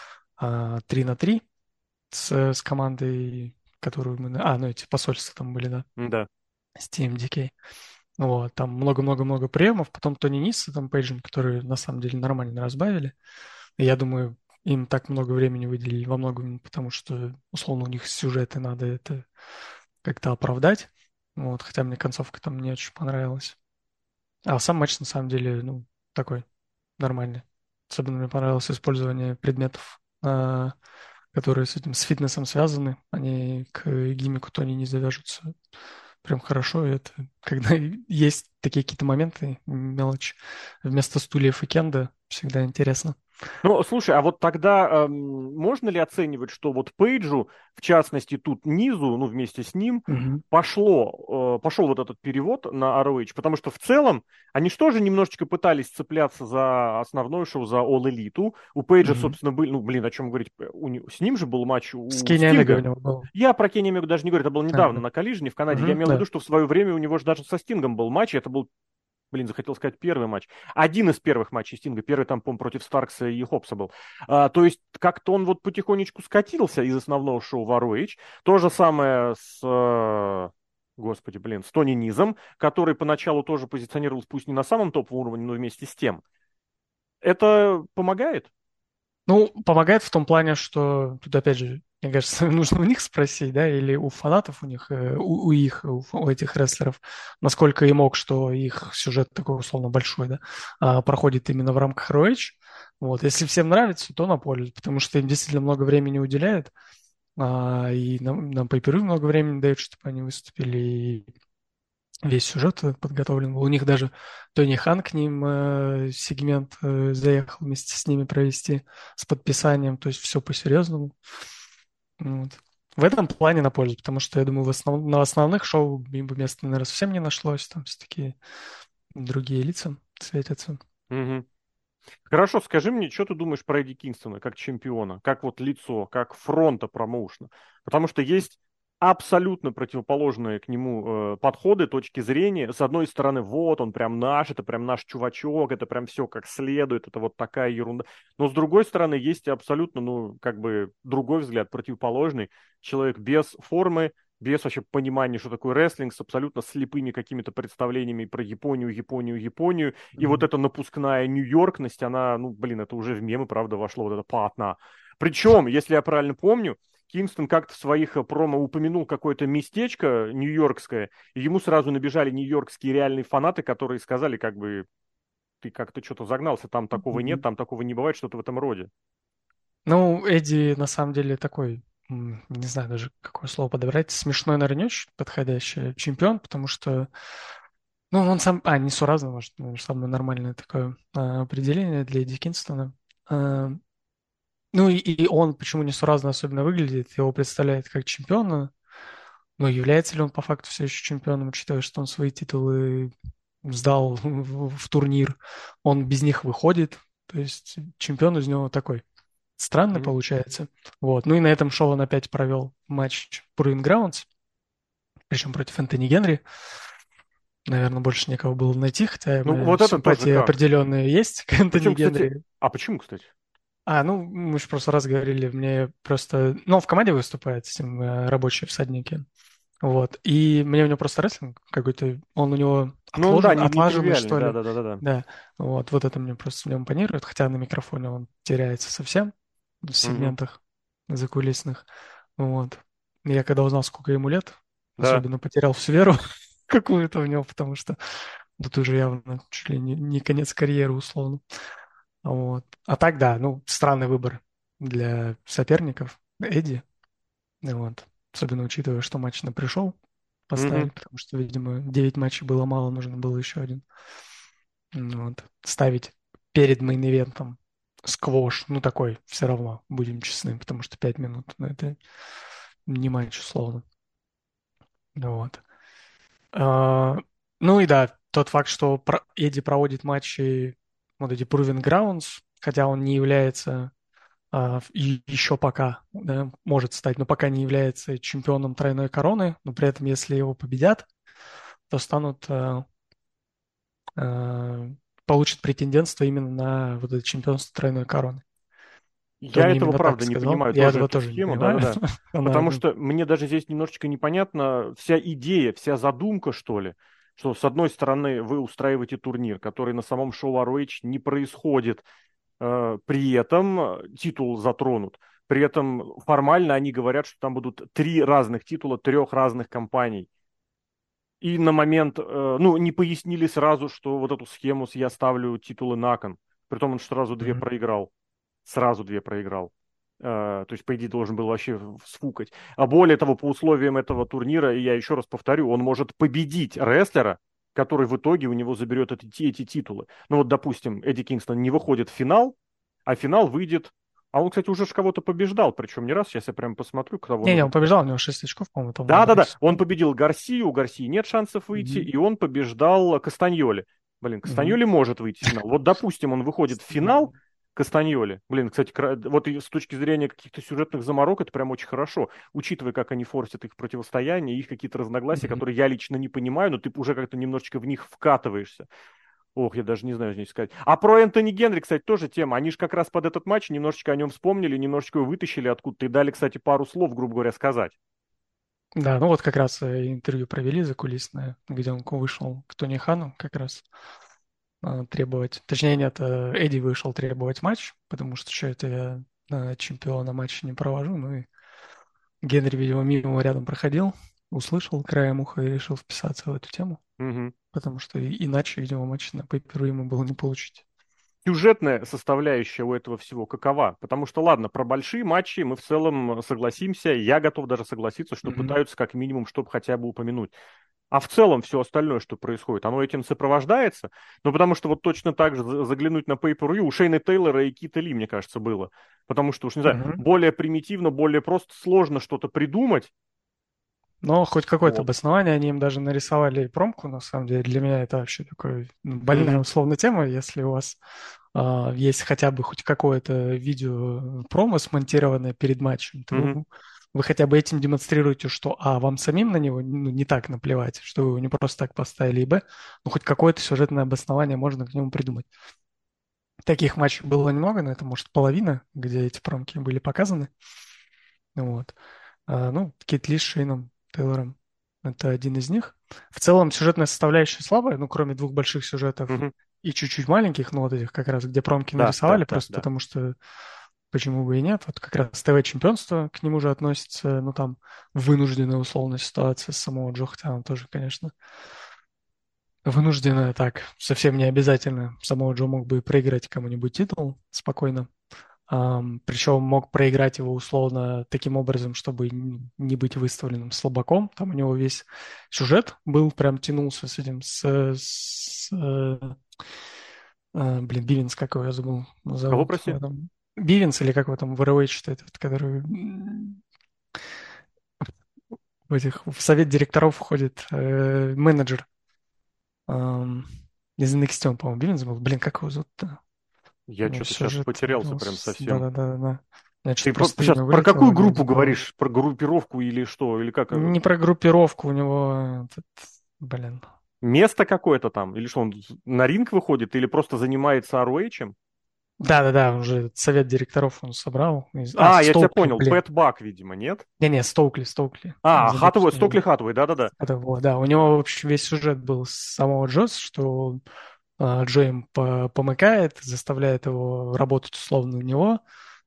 а, три на три с, с командой, которую мы... А, ну эти посольства там были, да, Да. с ти эм ди кей. Вот, там много-много-много приемов. Потом Тони Нисс и там Пейджин, которые на самом деле нормально разбавили. И я думаю, им так много времени выделили во многом, потому что, условно, у них сюжеты надо это как-то оправдать. Вот, хотя мне концовка там не очень понравилась. А сам матч, на самом деле, ну, такой нормальный. Особенно мне понравилось использование предметов, а, которые с этим, с фитнесом связаны. Они к гиммику Тони не завяжутся прям хорошо. И это когда есть такие какие-то моменты, мелочь, вместо стульев и кенда всегда интересно. Ну, слушай, а вот тогда эм, можно ли оценивать, что вот Пейджу, в частности, тут низу, ну, вместе с ним, Мгм. пошло, э, пошел вот этот перевод на ар о эйч, потому что в целом они же тоже немножечко пытались цепляться за основное шоу, за All Elite. У Пейджа, Мгм. собственно, были, ну, блин, о чем говорить, у, не- с ним же был матч С у Кенни Омега у Стинга. него был. Я про Кенни Омегу даже не говорю, это было А, недавно да. на Коллижне в Канаде. Я Мгм, имел в виду, да. что в свое время у него же даже со Стингом был матч, и это был, блин, захотел сказать первый матч. Один из первых матчей Стинга. Первый там, по против Старкса и Хопса был. А, то есть как-то он вот потихонечку скатился из основного шоу в ар о эйч. То же самое с... э, Господи, блин, с Тони Низом, который поначалу тоже позиционировался, пусть не на самом топовом уровне, но вместе с тем. Это помогает? Ну, помогает в том плане, что тут, опять же, мне кажется, нужно у них спросить, да, или у фанатов у них, э, у, у их, у, у этих рестлеров, насколько им ок, что их сюжет такой условно большой, да, а, проходит именно в рамках эр о эйч. Вот, если всем нравится, то на пользу, потому что им действительно много времени уделяют, а, и нам, нам по много времени дают, чтобы они выступили, и весь сюжет подготовлен был. У них даже Тони Хан к ним э, сегмент э, заехал вместе с ними провести с подписанием, то есть все по-серьезному. Вот. В этом плане на пользу, потому что, я думаю, в основ... на основных шоу им бы места, наверное, совсем не нашлось, там все-таки другие лица светятся. Мгм. Хорошо, скажи мне, что ты думаешь про Эдди Кингстона как чемпиона, как вот лицо, как фронта промоушена? Потому что есть абсолютно противоположные к нему э, подходы, точки зрения. С одной стороны, вот он прям наш, это прям наш чувачок, это прям все как следует, это вот такая ерунда. Но с другой стороны, есть и абсолютно, ну, как бы другой взгляд, противоположный. Человек без формы, без вообще понимания, что такое рестлинг, с абсолютно слепыми какими-то представлениями про Японию, Японию, Японию. И вот Мгм. эта напускная нью-йоркность, она, ну, блин, это уже в мемы, правда, вошло, вот это патна. Причем, если я правильно помню, Кингстон как-то в своих э, промо упомянул какое-то местечко нью-йоркское, и ему сразу набежали нью-йоркские реальные фанаты, которые сказали, как бы, ты как-то что-то загнался, там такого нет, Мгм. там такого не бывает, что-то в этом роде. Ну, Эдди на самом деле такой. не знаю даже, какое слово подобрать, смешной, наверное, не очень подходящее, чемпион, потому что, ну, он сам, а, несуразный, может, наверное, самое нормальное такое а, определение для Эдди Кингстона. А, ну, и, и он почему несуразно особенно выглядит, его представляет как чемпиона, но является ли он по факту все еще чемпионом, учитывая, что он свои титулы сдал в, в турнир, он без них выходит, то есть чемпион из него такой странный Мгм. получается. Вот. Ну и на этом шоу он опять провел матч Proving Grounds, причем против Энтони Генри. Наверное, больше некого было найти, хотя Ну, мои вот это тоже симпатии как. определенные есть к Энтони Причем, кстати... Генри. А почему, кстати? А, ну, мы же в прошлый раз говорили, мне просто... Ну, он в команде выступает с ним э, рабочие всадники. Вот. И мне у него просто рестлинг какой-то... Он у него Ну, он, да, отложен, не, не отлаженный, тривиальный, что ли. да-да-да-да. Да. Вот, вот это мне просто в нем импонирует, хотя на микрофоне он теряется совсем в Мгм. сегментах закулисных. Вот. Я когда узнал, сколько ему лет, Да. особенно потерял всю веру какую-то в него, потому что тут уже явно чуть ли не, не конец карьеры условно. Вот. А так, да, ну, странный выбор для соперников. Эдди. Вот. Особенно учитывая, что матч на пришел Мгм. поставили, потому что, видимо, девять матчей было мало, нужно было еще один. Ну вот. Ставить перед мейн-ивентом сквош, ну, такой, все равно, будем честны, потому что пять минут, ну, это не матч, условно. Вот. А, ну и да, тот факт, что про- Эдди проводит матчи, вот эти Proving Grounds, хотя он не является а, и еще пока, да, может стать, но пока не является чемпионом тройной короны, но при этом, если его победят, то станут, а, а, получат претендентство именно на вот это чемпионство тройной короны. То Я он этого, именно так правда, не сказал. понимаю, Я тоже этого эту тоже не схему, понимаю. да-да-да. Она, Потому ну, что мне даже здесь немножечко непонятна вся идея, вся задумка, что ли. Что, с одной стороны, вы устраиваете турнир, который на самом шоу ар о эйч не происходит, э, при этом э, титул затронут. При этом формально они говорят, что там будут три разных титула трех разных компаний. И на момент, э, ну, не пояснили сразу, что вот эту схему с я ставлю титулы на кон. Притом он сразу две мгм. проиграл. Сразу две проиграл. Э, то есть, по идее, должен был вообще сфукать. А более того, по условиям этого турнира, и я еще раз повторю, он может победить рестлера, который в итоге у него заберет эти, эти титулы. Ну вот, допустим, Эдди Кингстон не выходит в финал, а финал выйдет... А он, кстати, уже ж кого-то побеждал, причем не раз. Сейчас я прям посмотрю, кого он Не-не, уже он побежал, у него шесть очков, по-моему, там да-да-да, набрались. он победил Гарсию, у Гарсии нет шансов выйти, Мгм. и он побеждал Кастаньоли. Блин, Мгм. Кастаньоли может выйти в финал. Вот, допустим, он выходит в финал Кастаньоли. Блин, кстати, кра- вот и с точки зрения каких-то сюжетных заморок это прям очень хорошо, учитывая, как они форсят их противостояние, их какие-то разногласия, Мгм. которые я лично не понимаю, но ты уже как-то немножечко в них вкатываешься. Ох, я даже не знаю, что здесь сказать. А про Энтони Генри, кстати, тоже тема. Они же как раз под этот матч немножечко о нем вспомнили, немножечко его вытащили откуда-то и дали, кстати, пару слов, грубо говоря, сказать. Да, ну вот как раз э, интервью провели закулисное, где он вышел к Тони Хану как раз э, требовать. Точнее, нет, э, Эдди вышел требовать матч, потому что что это я э, чемпиона матча не провожу. Ну и Генри, видимо, мимо рядом проходил, услышал краем уха и решил вписаться в эту тему, Мгм. потому что и- иначе, видимо, матч на пей ему было не получить. Сюжетная составляющая у этого всего какова? Потому что, ладно, про большие матчи мы в целом согласимся, я готов даже согласиться, что Мгм. пытаются как минимум, чтобы хотя бы упомянуть. А в целом все остальное, что происходит, оно этим сопровождается? Ну, потому что вот точно так же за- заглянуть на Pay-Per-View у Шейна Тейлора и Кита Ли, мне кажется, было. Потому что, уж не знаю, Мгм. более примитивно, более просто сложно что-то придумать. Но хоть какое-то Вот. обоснование, они им даже нарисовали промку, на самом деле. Для меня это вообще такая ну, больная Мгм. условная тема. Если у вас а, есть хотя бы хоть какое-то видео промо смонтированное перед матчем, то Мгм. вы, вы хотя бы этим демонстрируете, что а, вам самим на него ну, не так наплевать, что вы его не просто так поставили, и б, ну хоть какое-то сюжетное обоснование можно к нему придумать. Таких матчей было немного, но это, может, половина, где эти промки были показаны. Вот. А, ну, Кит Ли с Шейном Тейлором. Это один из них. В целом сюжетная составляющая слабая, ну, кроме двух больших сюжетов Мгм. и чуть-чуть маленьких, ну, вот этих как раз, где промки Да, да, нарисовали, да, просто да. потому что почему бы и нет. Вот как раз ТВ-чемпионство к нему же относится, ну, там, вынужденная условная ситуация с самого Джо, хотя он тоже, конечно, вынужденная так, совсем не обязательно. Самого Джо мог бы и проиграть кому-нибудь титул спокойно. Ам, причем мог проиграть его условно таким образом, чтобы н- не быть выставленным слабаком. Там у него весь сюжет был, прям тянулся с этим, с, с, э, а, блин, Бивенс, как его я забыл, Кого, зовут в прости? этом. Бивенс или как его там в эр о эйч, этот, который м, в этих, в совет директоров входит, э, менеджер. Ам, из эн экс ти он, по-моему, Бивенс был. Блин, как его зовут-то? У Я него что-то сейчас сюжет потерялся был. прям с- совсем. Да-да-да-да. Значит, Ты просто сейчас имя про вылетело какую у него группу из головы. говоришь? Про группировку или что? Или как? э, Не про группировку у него, этот, блин. Место какое-то там? Или что, он на ринг выходит? Или просто занимается ар о эйч-ем? Да-да-да, он уже совет директоров он собрал. Из- А, А, я тебя Стоукли, понял. блин. Пэт Бак, видимо, нет? Не-не, Стоукли, Стоукли. А, Забыл, Хатуэй, что Стокли его. Хатуэй, да-да-да. Это вот, да. У него, в общем, весь сюжет был с самого Джос, что а, Джо им по- помыкает, заставляет его работать условно на него,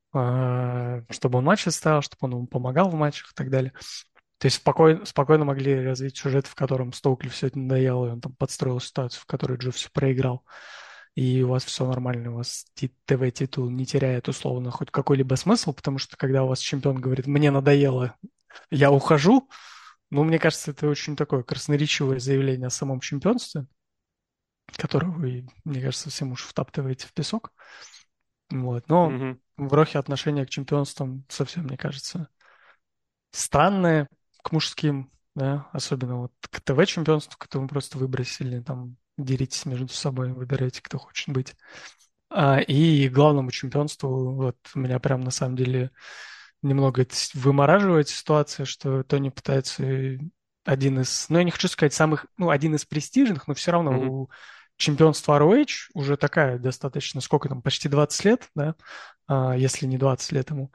а, чтобы он матчи ставил, чтобы он ему помогал в матчах и так далее. То есть спокойно, спокойно могли развить сюжет, в котором Стоукли все это надоело, и он там подстроил ситуацию, в которой Джо все проиграл. И у вас все нормально, у вас ти- ТВ-титул не теряет условно хоть какой-либо смысл, потому что когда у вас чемпион говорит «мне надоело, я ухожу», ну, мне кажется, это очень такое красноречивое заявление о самом чемпионстве, которое вы, мне кажется, всем уж втаптываете в песок. Вот. Но Мгм. в Рохе отношение к чемпионствам совсем, мне кажется, странное к мужским, да, особенно вот к ТВ-чемпионству, которое мы просто выбросили, там, деритесь между собой, выбирайте, кто хочет быть. А, и главному чемпионству, вот, меня прям на самом деле немного это с- вымораживает ситуация, что Тони пытается э, один из, ну, я не хочу сказать самых, ну, один из престижных, но все равно Мгм. у чемпионства ар о эйч уже такая достаточно, сколько там, почти двадцать лет, да, а, если не двадцать лет ему.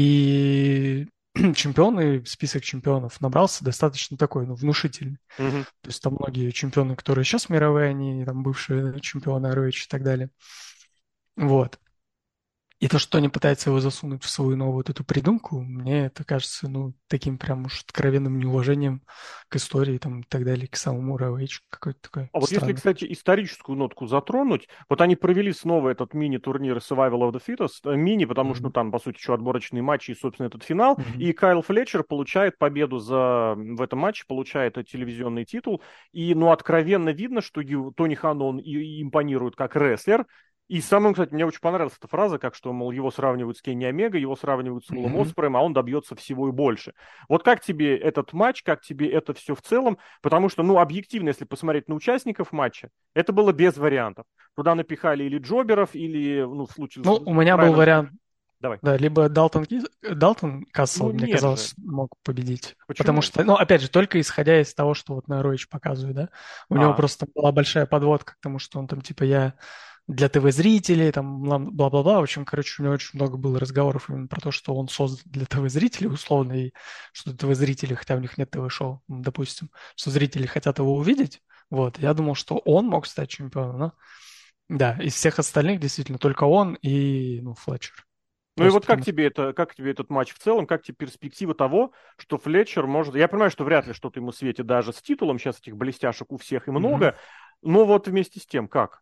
И чемпионы, список чемпионов набрался достаточно такой, ну, внушительный. Мгм. То есть там многие чемпионы, которые сейчас мировые, они там бывшие чемпионы ар о эйч и так далее. Вот. И то, что они пытаются его засунуть в свою новую вот эту придумку, мне это кажется, ну, таким прям уж откровенным неуважением к истории там и так далее, к самому ар о эйч. Какой-то такой А вот если, странный. кстати, историческую нотку затронуть, вот они провели снова этот мини-турнир Survival of the Fittest, э, мини, потому что, ну, Мгм. там, по сути, еще отборочные матчи и, собственно, этот финал, Мгм. и Кайл Флетчер получает победу за, в этом матче, получает э, телевизионный титул, и, ну, откровенно видно, что Ю- Тони Хан, он и, и импонирует как рестлер, и самым, кстати, мне очень понравилась эта фраза, как что, мол, его сравнивают с Кенни Омега, его сравнивают с Уиллом Мгм. Оспреем, а он добьется всего и больше. Вот как тебе этот матч, как тебе это все в целом? Потому что, ну, объективно, если посмотреть на участников матча, это было без вариантов. Туда напихали или джоберов, или, ну, в случае с Ну, у меня был Брайаном вариант, Кейджем. Давай. да, либо Далтон, Ки- Далтон Ну, Кассел, мне нет же. казалось, мог победить. Потому Почему? что, ну, опять же, только исходя из того, что вот на Роич показывает, да, у него А, просто была большая подводка к тому, что он там, типа, я для ТВ-зрителей, там, бла- бла-бла-бла. В общем, короче, у него очень много было разговоров именно про то, что он создан для ТВ-зрителей, условно, и что ТВ-зрители, хотя у них нет ТВ-шоу, м, допустим, что зрители хотят его увидеть. Вот, я думал, что он мог стать чемпионом, но да, из всех остальных действительно только он и, ну, Флетчер. ну и Просто вот как потому что... тебе это, как тебе этот матч в целом, как тебе перспектива того, что Флетчер может... Я понимаю, что вряд ли что-то ему светит даже с титулом, сейчас этих блестяшек у всех и Мгм. много, но вот вместе с тем, как?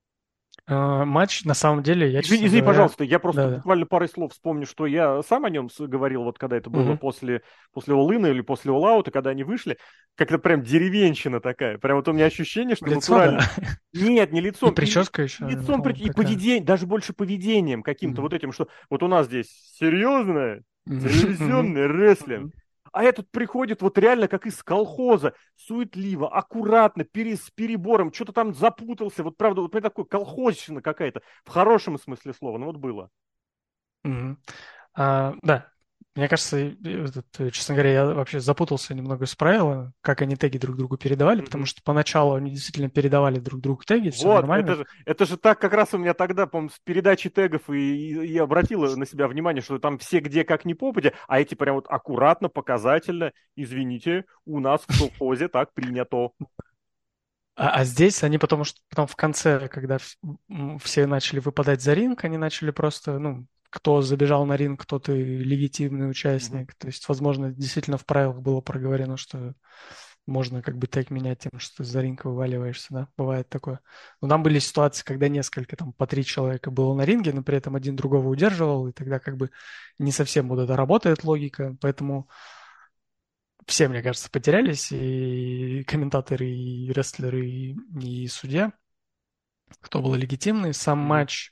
А, матч, на самом деле, я, Извини, честно извини, говоря, пожалуйста, я просто да-да. буквально парой слов вспомню, что я сам о нем с- говорил, вот когда это было Мгм. после, после All-In или после All-Out, и когда они вышли, как-то прям деревенщина такая. Прям вот у меня ощущение, что Лицо, да. натурально... Нет, не И лицом, и, прическа и еще, лицом, при- по-моему, и такая. поведением, даже больше поведением каким-то Мгм. вот этим, что вот у нас здесь серьезное Мгм. Мгм. телевизионный рестлинг, Мгм. а этот приходит вот реально как из колхоза, суетливо, аккуратно, пере, с перебором, что-то там запутался, вот правда, вот такой колхозщина какая-то, в хорошем смысле слова, ну вот было. Мгм. А, да, мне кажется, и- и этот, э, честно говоря, я вообще запутался немного с правила, как они теги друг другу передавали, потому Мгм. что поначалу они действительно передавали друг другу теги, все Вот, это нормально. же, это же так как раз у меня тогда, по-моему, с передачи тегов и, и, и обратила на себя внимание, что там все где как ни попадя, а эти прям вот аккуратно, показательно, извините, у нас в колхозе так принято. А, а здесь они потому что потом в конце, когда вс- м, все начали выпадать за ринг, они начали просто, ну, кто забежал на ринг, тот и легитимный Мгм. участник. То есть, возможно, действительно в правилах было проговорено, что можно как бы так менять тем, что ты за ринг вываливаешься, да, бывает такое. Но там были ситуации, когда несколько, там, по три человека было на ринге, но при этом один другого удерживал, и тогда как бы не совсем вот это работает логика, поэтому все, мне кажется, потерялись, и комментаторы, и рестлеры, и, и судья, кто был легитимный. Сам Мгм. матч,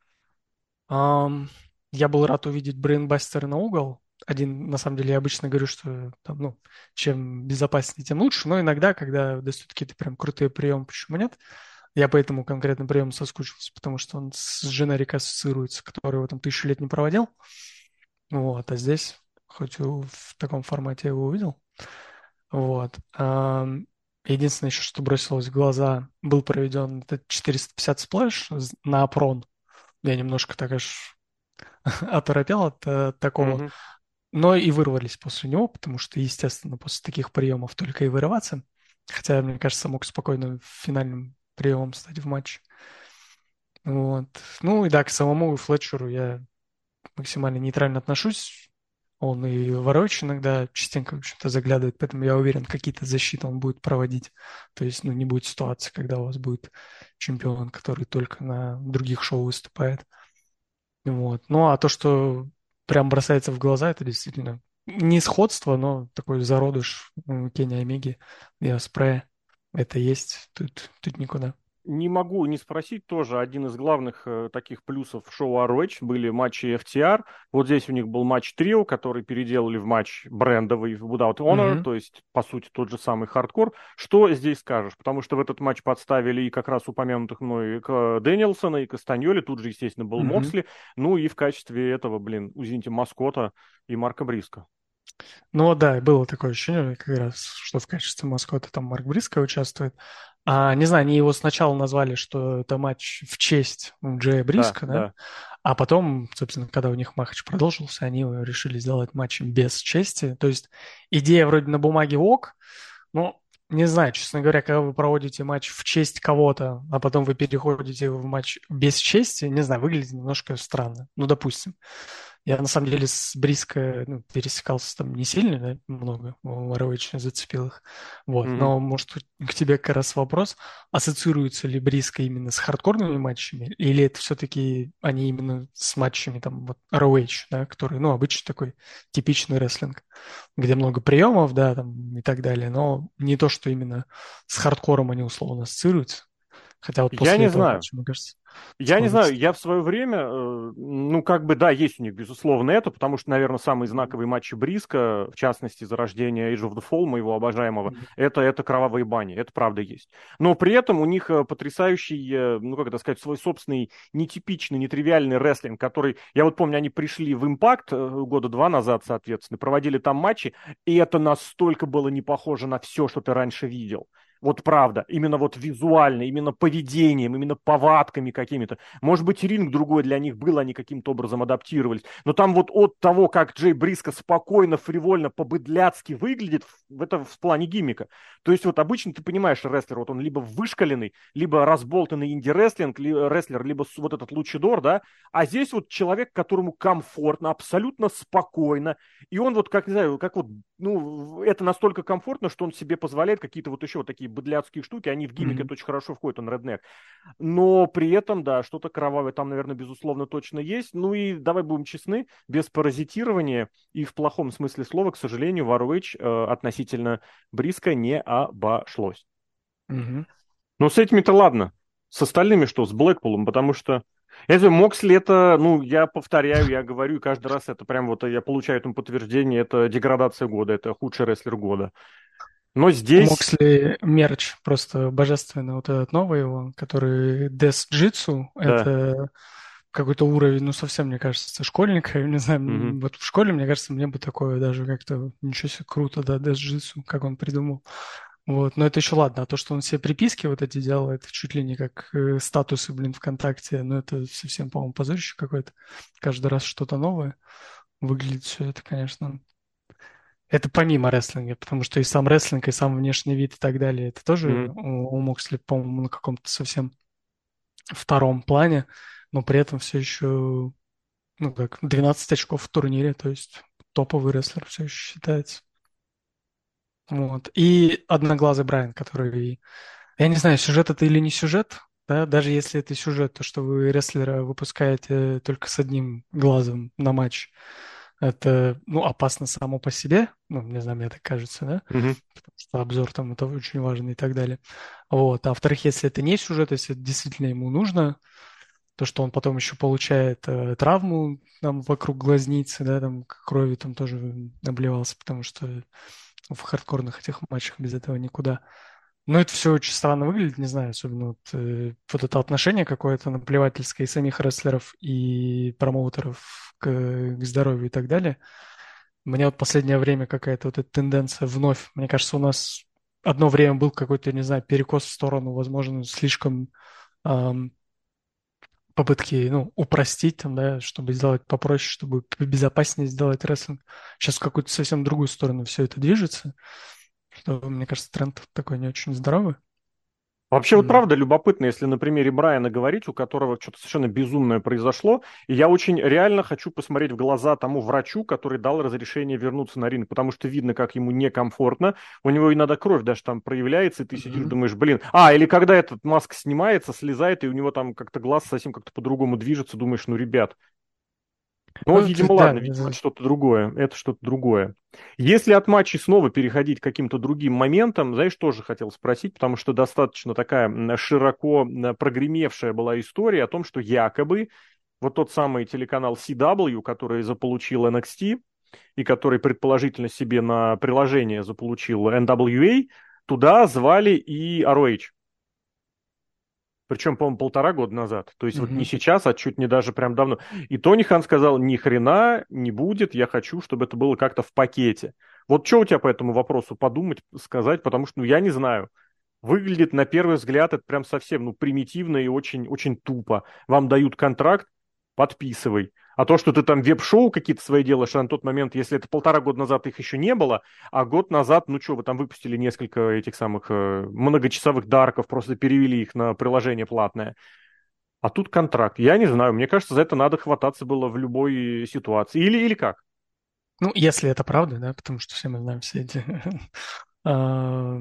ам, я был рад увидеть брейнбастера на угол. Один, на самом деле, я обычно говорю, что там, ну, чем безопаснее, тем лучше, но иногда, когда достают какие-то прям крутые приемы, почему нет? Я по этому конкретно приему соскучился, потому что он с Дженерик ассоциируется, который его там тысячу лет не проводил. Вот, а здесь, хоть и в таком формате я его увидел. Вот. Ам, Единственное еще, что бросилось в глаза, был проведен этот четыреста пятьдесят сплэш на опрон. Я немножко так аж оторопел от э, такого. Мгм. Но и вырвались после него, потому что, естественно, после таких приемов только и вырываться. Хотя, мне кажется, мог спокойно финальным приемом стать в матче. Вот. Ну и да, к самому Флетчеру я максимально нейтрально отношусь. Он и Ворович иногда частенько, в общем-то, заглядывает, поэтому я уверен, какие-то защиты он будет проводить. То есть, ну, не будет ситуации, когда у вас будет чемпион, который только на других шоу выступает. Вот. Ну, а то, что прям бросается в глаза, это действительно не сходство, но такой зародыш м, Кенни Омеги и Оспрея. Это есть, тут, тут никуда. Не могу не спросить тоже. Один из главных э, таких плюсов шоу ар о эйч были матчи эф ти ар. Вот здесь у них был матч трио, который переделали в матч брендовый в Without Honor, Мгм. то есть, по сути, тот же самый хардкор. Что здесь скажешь? Потому что в этот матч подставили и как раз упомянутых мной К- Дэниелсона, и Кастаньоли. Тут же, естественно, был Мгм. Моксли. Ну и в качестве этого, блин, извините, маскота и Марка Бриска. Ну вот да, было такое ощущение, как раз, что в качестве маскота там Марк Бриско участвует. А, не знаю, они его сначала назвали, что это матч в честь Джея Да, Бриска, да? да. А потом, собственно, когда у них матч продолжился, они решили сделать матчем без чести. То есть идея вроде на бумаге ок, но не знаю, честно говоря, когда вы проводите матч в честь кого-то, а потом вы переходите в матч без чести, не знаю, выглядит немножко странно. Ну, допустим. Я на самом деле с Бриско ну, пересекался там не сильно, да, много, Ворович зацепил их. Вот. Мгм. Но, может, к тебе как раз вопрос, ассоциируется ли Бриско именно с хардкорными матчами, или это все-таки они именно с матчами там вот ар о эйч, да, который, ну, обычно такой типичный рестлинг, где много приемов, да, там и так далее, но не то, что именно с хардкором они условно ассоциируются. Хотя вот Я после не этого знаю. матча, мне кажется, Я не знаю, сложится. я в свое время, э, ну, как бы, да, есть у них, безусловно, это, потому что, наверное, самые Мгм. знаковые матчи Бриска, в частности, зарождение Age of the Fall, моего обожаемого, Мгм. это, это кровавые бани, это правда есть. Но при этом у них э, потрясающий, э, ну, как это сказать, свой собственный нетипичный, нетривиальный рестлинг, который, я вот помню, они пришли в Импакт года два назад, соответственно, проводили там матчи, и это настолько было не похоже на все, что ты раньше видел. Вот правда, именно вот визуально, именно поведением, именно повадками какими-то. Может быть, ринг другой для них был, они каким-то образом адаптировались. Но там вот от того, как Джей Бриско спокойно, фривольно, по-быдляцки выглядит, в, это в плане гиммика. То есть вот обычно ты понимаешь, рестлер, вот он либо вышкаленный, либо разболтанный инди-рестлинг, ли, рестлер, либо с- вот этот лучидор, да. А здесь вот человек, которому комфортно, абсолютно спокойно. И он вот, как, не знаю, как вот, ну, это настолько комфортно, что он себе позволяет какие-то вот еще вот такие быдляцкие штуки, они в гиммик Мгм. это очень хорошо входят, он реднек. Но при этом, да, что-то кровавое там, наверное, безусловно, точно есть. Ну и давай будем честны, без паразитирования и в плохом смысле слова, к сожалению, в ар о эйч э, относительно близко не обошлось. Мгм. Но с этими-то ладно. С остальными что? С Блэкпулом, потому что я не знаю, Моксли это, ну, я повторяю, я говорю, и каждый раз это прям вот я получаю этому подтверждение, это деградация года, это худший рестлер года. Но У здесь, Моксли мерч просто божественный, вот этот новый его, который Death Jitsu, да, это какой-то уровень, ну, совсем, мне кажется, школьника. Я не знаю, мгм. м, вот в школе, мне кажется, мне бы такое даже как-то, ничего себе, круто, да, Death Jitsu, как он придумал. Вот, но это еще ладно, а то, что он себе приписки вот эти делает, чуть ли не как э, статусы, блин, ВКонтакте, ну, это совсем, по-моему, позорище какое-то. Каждый раз что-то новое. Выглядит все это, конечно. Это помимо рестлинга, потому что и сам рестлинг, и сам внешний вид и так далее, это тоже Мгм. у, у Моксли, по-моему, на каком-то совсем втором плане, но при этом все еще, ну как, двенадцать очков в турнире, то есть топовый рестлер все еще считается. Вот. И Одноглазый Брайан, который... Я не знаю, сюжет это или не сюжет, да, даже если это сюжет, то, что вы рестлера выпускаете только с одним глазом на матч, это, ну, опасно само по себе, ну, не знаю, мне так кажется, да, Мгм. потому что обзор там это очень важно и так далее. Вот. А во-вторых, если это не сюжет, если это действительно ему нужно, то, что он потом еще получает э, травму там вокруг глазницы, да, там крови там тоже обливался, потому что в хардкорных этих матчах без этого никуда. Но это все очень странно выглядит, не знаю, особенно вот, э, вот это отношение какое-то наплевательское и самих рестлеров, и промоутеров к, к здоровью и так далее. Мне вот последнее время какая-то вот эта тенденция вновь, мне кажется, у нас одно время был какой-то, не знаю, перекос в сторону, возможно, слишком ам, попытки, ну, упростить, там, да, чтобы сделать попроще, чтобы безопаснее сделать рестлинг. Сейчас в какую-то совсем другую сторону все это движется, что, мне кажется, тренд такой не очень здоровый. Вообще, вот М. правда любопытно, если на примере Брайана говорить, у которого что-то совершенно безумное произошло, и я очень реально хочу посмотреть в глаза тому врачу, который дал разрешение вернуться на ринг, потому что видно, как ему некомфортно, у него иногда кровь даже там проявляется, и ты сидишь, Мгм. думаешь, блин, а, или когда этот маск снимается, слезает, и у него там как-то глаз совсем как-то по-другому движется, думаешь, ну, ребят, ну, Ну, это, видимо, да, ладно, видимо, это это- что-то другое. Это что-то другое. Если от матчей снова переходить к каким-то другим моментам, знаешь, тоже хотел спросить, потому что достаточно такая м, широко м, прогремевшая была история о том, что якобы вот тот самый телеканал си дабл ю, который заполучил эн экс ти и который предположительно себе на приложение заполучил эн дабл ю эй, туда звали и ар о эйч. Причем, по-моему, полтора года назад. То есть вот не Мгм. сейчас, а чуть не даже прям давно. И Тони Хан сказал, ни хрена не будет, я хочу, чтобы это было как-то в пакете. Вот что у тебя по этому вопросу подумать, сказать, потому что, ну, я не знаю. Выглядит на первый взгляд это прям совсем, ну, примитивно и очень, очень тупо. Вам дают контракт, подписывай. А то, что ты там веб-шоу какие-то свои делаешь, а на тот момент, если это полтора года назад их еще не было, а год назад, ну что, вы там выпустили несколько этих самых э, многочасовых дарков, просто перевели их на приложение платное. А тут контракт. Я не знаю, мне кажется, за это надо хвататься было в любой ситуации. Или, или как? Ну, если это правда, да, потому что все мы знаем все эти а,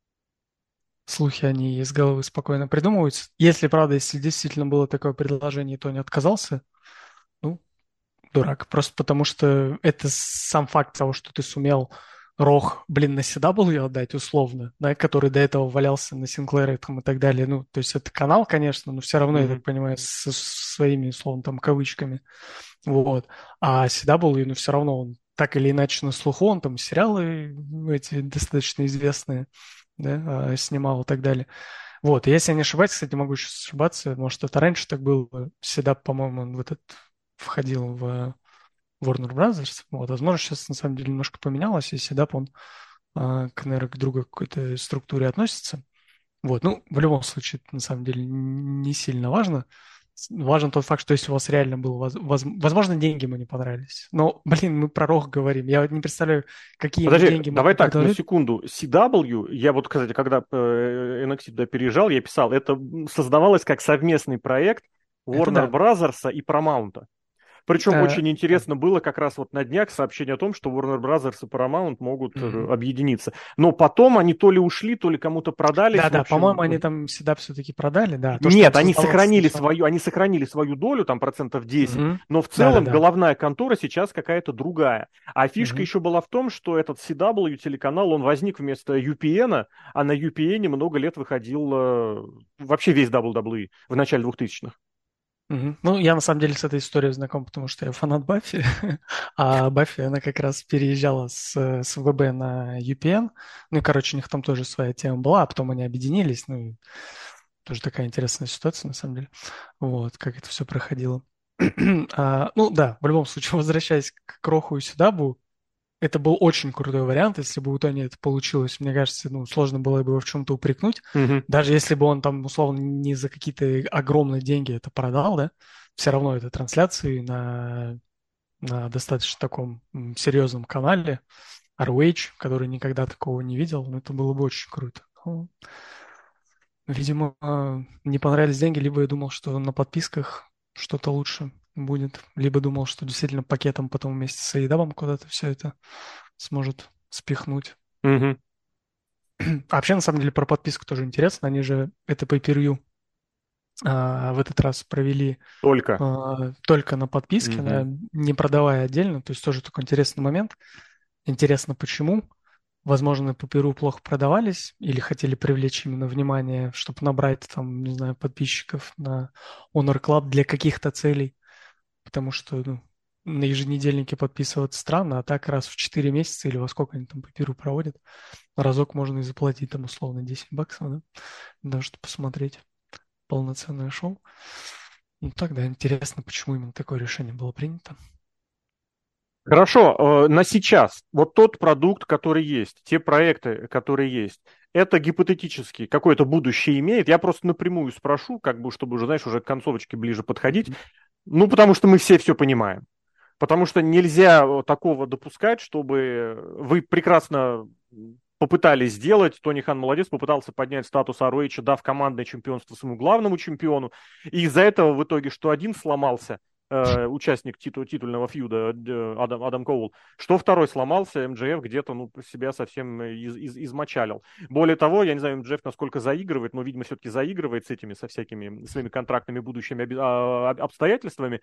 слухи, они из головы спокойно придумываются. Если правда, если действительно было такое предложение, и Тони отказался, ну, дурак. Просто потому что это сам факт того, что ты сумел Рох, блин, на си дабл ю отдать условно, да, который до этого валялся на Синклере там, и так далее. Ну, то есть это канал, конечно, но все равно, я так Мгм. понимаю, со своими, условно, там, кавычками. Вот. А си дабл ю, ну, все равно он так или иначе на слуху, он там сериалы эти достаточно известные, да, а, снимал и так далее. Вот, и если я не ошибаюсь, кстати, могу сейчас ошибаться, может, это раньше так было, Седап, по-моему, он в этот входил в Warner Brothers. Вот, возможно, сейчас на самом деле немножко поменялось, и Седап, он а, к, наверное, к другой какой-то структуре относится. Вот, ну, в любом случае, это на самом деле не сильно важно. С- Важен тот факт, что если у вас реально был, воз- воз- возможно, деньги ему не понравились. Но, блин, мы про Рох говорим. Я вот не представляю, какие ему Подожди, деньги давай могли так, на предложить. секунду. си дабл ю, я вот, кстати, когда э, эн экс ти туда переезжал, я писал, это создавалось как совместный проект Это Warner да. Brothers и Paramount. Причем Э, очень да. интересно было как раз вот на днях сообщение о том, что Warner Brothers и Paramount могут э, Мгм. объединиться. Но потом они то ли ушли, то ли кому-то продались. В Да-да, по-моему, они общем, там Седап все-таки продали, да. То, что он нет, они создавался сохранили сначала. свою, они сохранили свою долю, там процентов десять, Мгм. но в целом Да-да-да. головная контора сейчас какая-то другая. А фишка Мгм. еще была в том, что этот си дабл ю телеканал, он возник вместо ю пи эн, а на ю пи эн много лет выходил э, вообще весь дабл ю дабл ю и в начале двухтысячных. Мгм. Ну, я на самом деле с этой историей знаком, потому что я фанат Баффи, а Баффи, она как раз переезжала с, с вэ бэ на ю пи эн, ну и, короче, у них там тоже своя тема была, а потом они объединились, ну, и тоже такая интересная ситуация, на самом деле, вот, как это все проходило. А, ну, да, в любом случае, возвращаясь к Кроху и Сюдабу, это был очень крутой вариант, если бы у Тони это получилось. Мне кажется, ну, сложно было бы его в чем-то упрекнуть. Мгм. Даже если бы он там, условно, не за какие-то огромные деньги это продал, да, все равно это трансляции на, на достаточно таком м, серьезном канале ар о эйч, который никогда такого не видел, ну, это было бы очень круто. Ну, видимо, а, не понравились деньги, либо я думал, что на подписках что-то лучше будет, либо думал, что действительно пакетом потом вместе с Эйдабом куда-то все это сможет спихнуть. Мгм. А вообще, на самом деле, про подписку тоже интересно. Они же это pay-per-view а, в этот раз провели Только. а, только на подписке, да, Мгм. не продавая отдельно. То есть тоже такой интересный момент. Интересно, почему. Возможно, по Перу плохо продавались или хотели привлечь именно внимание, чтобы набрать там, не знаю, подписчиков на Honor Club для каких-то целей. Потому что ну, на еженедельнике подписываться странно, а так раз в четыре месяца или во сколько они там по Перу проводят, разок можно и заплатить там условно десять баксов, да, даже чтобы посмотреть полноценное шоу. Ну тогда интересно, почему именно такое решение было принято. Хорошо, э, на сейчас вот тот продукт, который есть, те проекты, которые есть, это гипотетически какое-то будущее имеет? Я просто напрямую спрошу, как бы, чтобы уже, знаешь, уже к концовочке ближе подходить. Мгм. Ну, потому что мы все все понимаем. Потому что нельзя э, такого допускать, чтобы вы прекрасно попытались сделать. Тони Хан молодец, попытался поднять статус ар о эйч, дав командное чемпионство своему главному чемпиону. И из-за этого в итоге, что один сломался, э, участник титу, титульного фьюда э, Адам, Адам Коул, что второй сломался, эм джей эф где-то ну, себя совсем из, из, измочалил. Более того, я не знаю, эм джей эф насколько заигрывает, но, видимо, все-таки заигрывает с этими, со всякими своими контрактными будущими оби- а, обстоятельствами.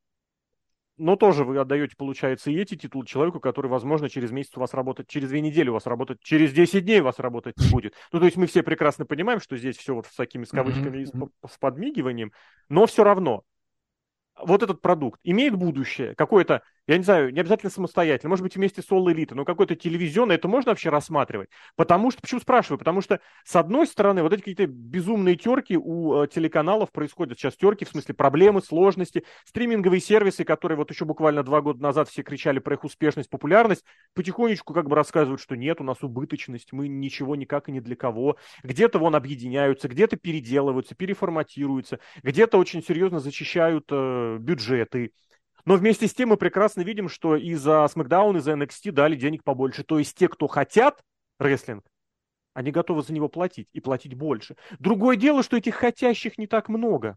Но тоже вы отдаете, получается, и эти титулы человеку, который, возможно, через месяц у вас работать, через две недели у вас работать, через десять дней у вас работать не будет. Ну, то есть мы все прекрасно понимаем, что здесь все вот с такими с Мгм. кавычками и с, Мгм. с подмигиванием, но все равно вот этот продукт имеет будущее, какое-то, я не знаю, не обязательно самостоятельно, может быть, вместе с All Elite, но какой-то телевизионный, это можно вообще рассматривать? Потому что, почему спрашиваю? Потому что, с одной стороны, вот эти какие-то безумные терки у э, телеканалов происходят сейчас, терки, в смысле проблемы, сложности, стриминговые сервисы, которые вот еще буквально два года назад все кричали про их успешность, популярность, потихонечку как бы рассказывают, что нет, у нас убыточность, мы ничего никак и ни для кого, где-то вон объединяются, где-то переделываются, переформатируются, где-то очень серьезно зачищают э, бюджеты. Но вместе с тем мы прекрасно видим, что и за SmackDown, и за эн экс ти дали денег побольше. То есть те, кто хотят рестлинг, они готовы за него платить и платить больше. Другое дело, что этих хотящих не так много.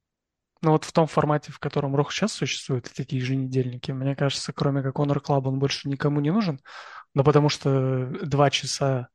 Но вот в том формате, в котором Рох сейчас существует, такие еженедельники, мне кажется, кроме как Honor Club, он больше никому не нужен. Но потому что два часа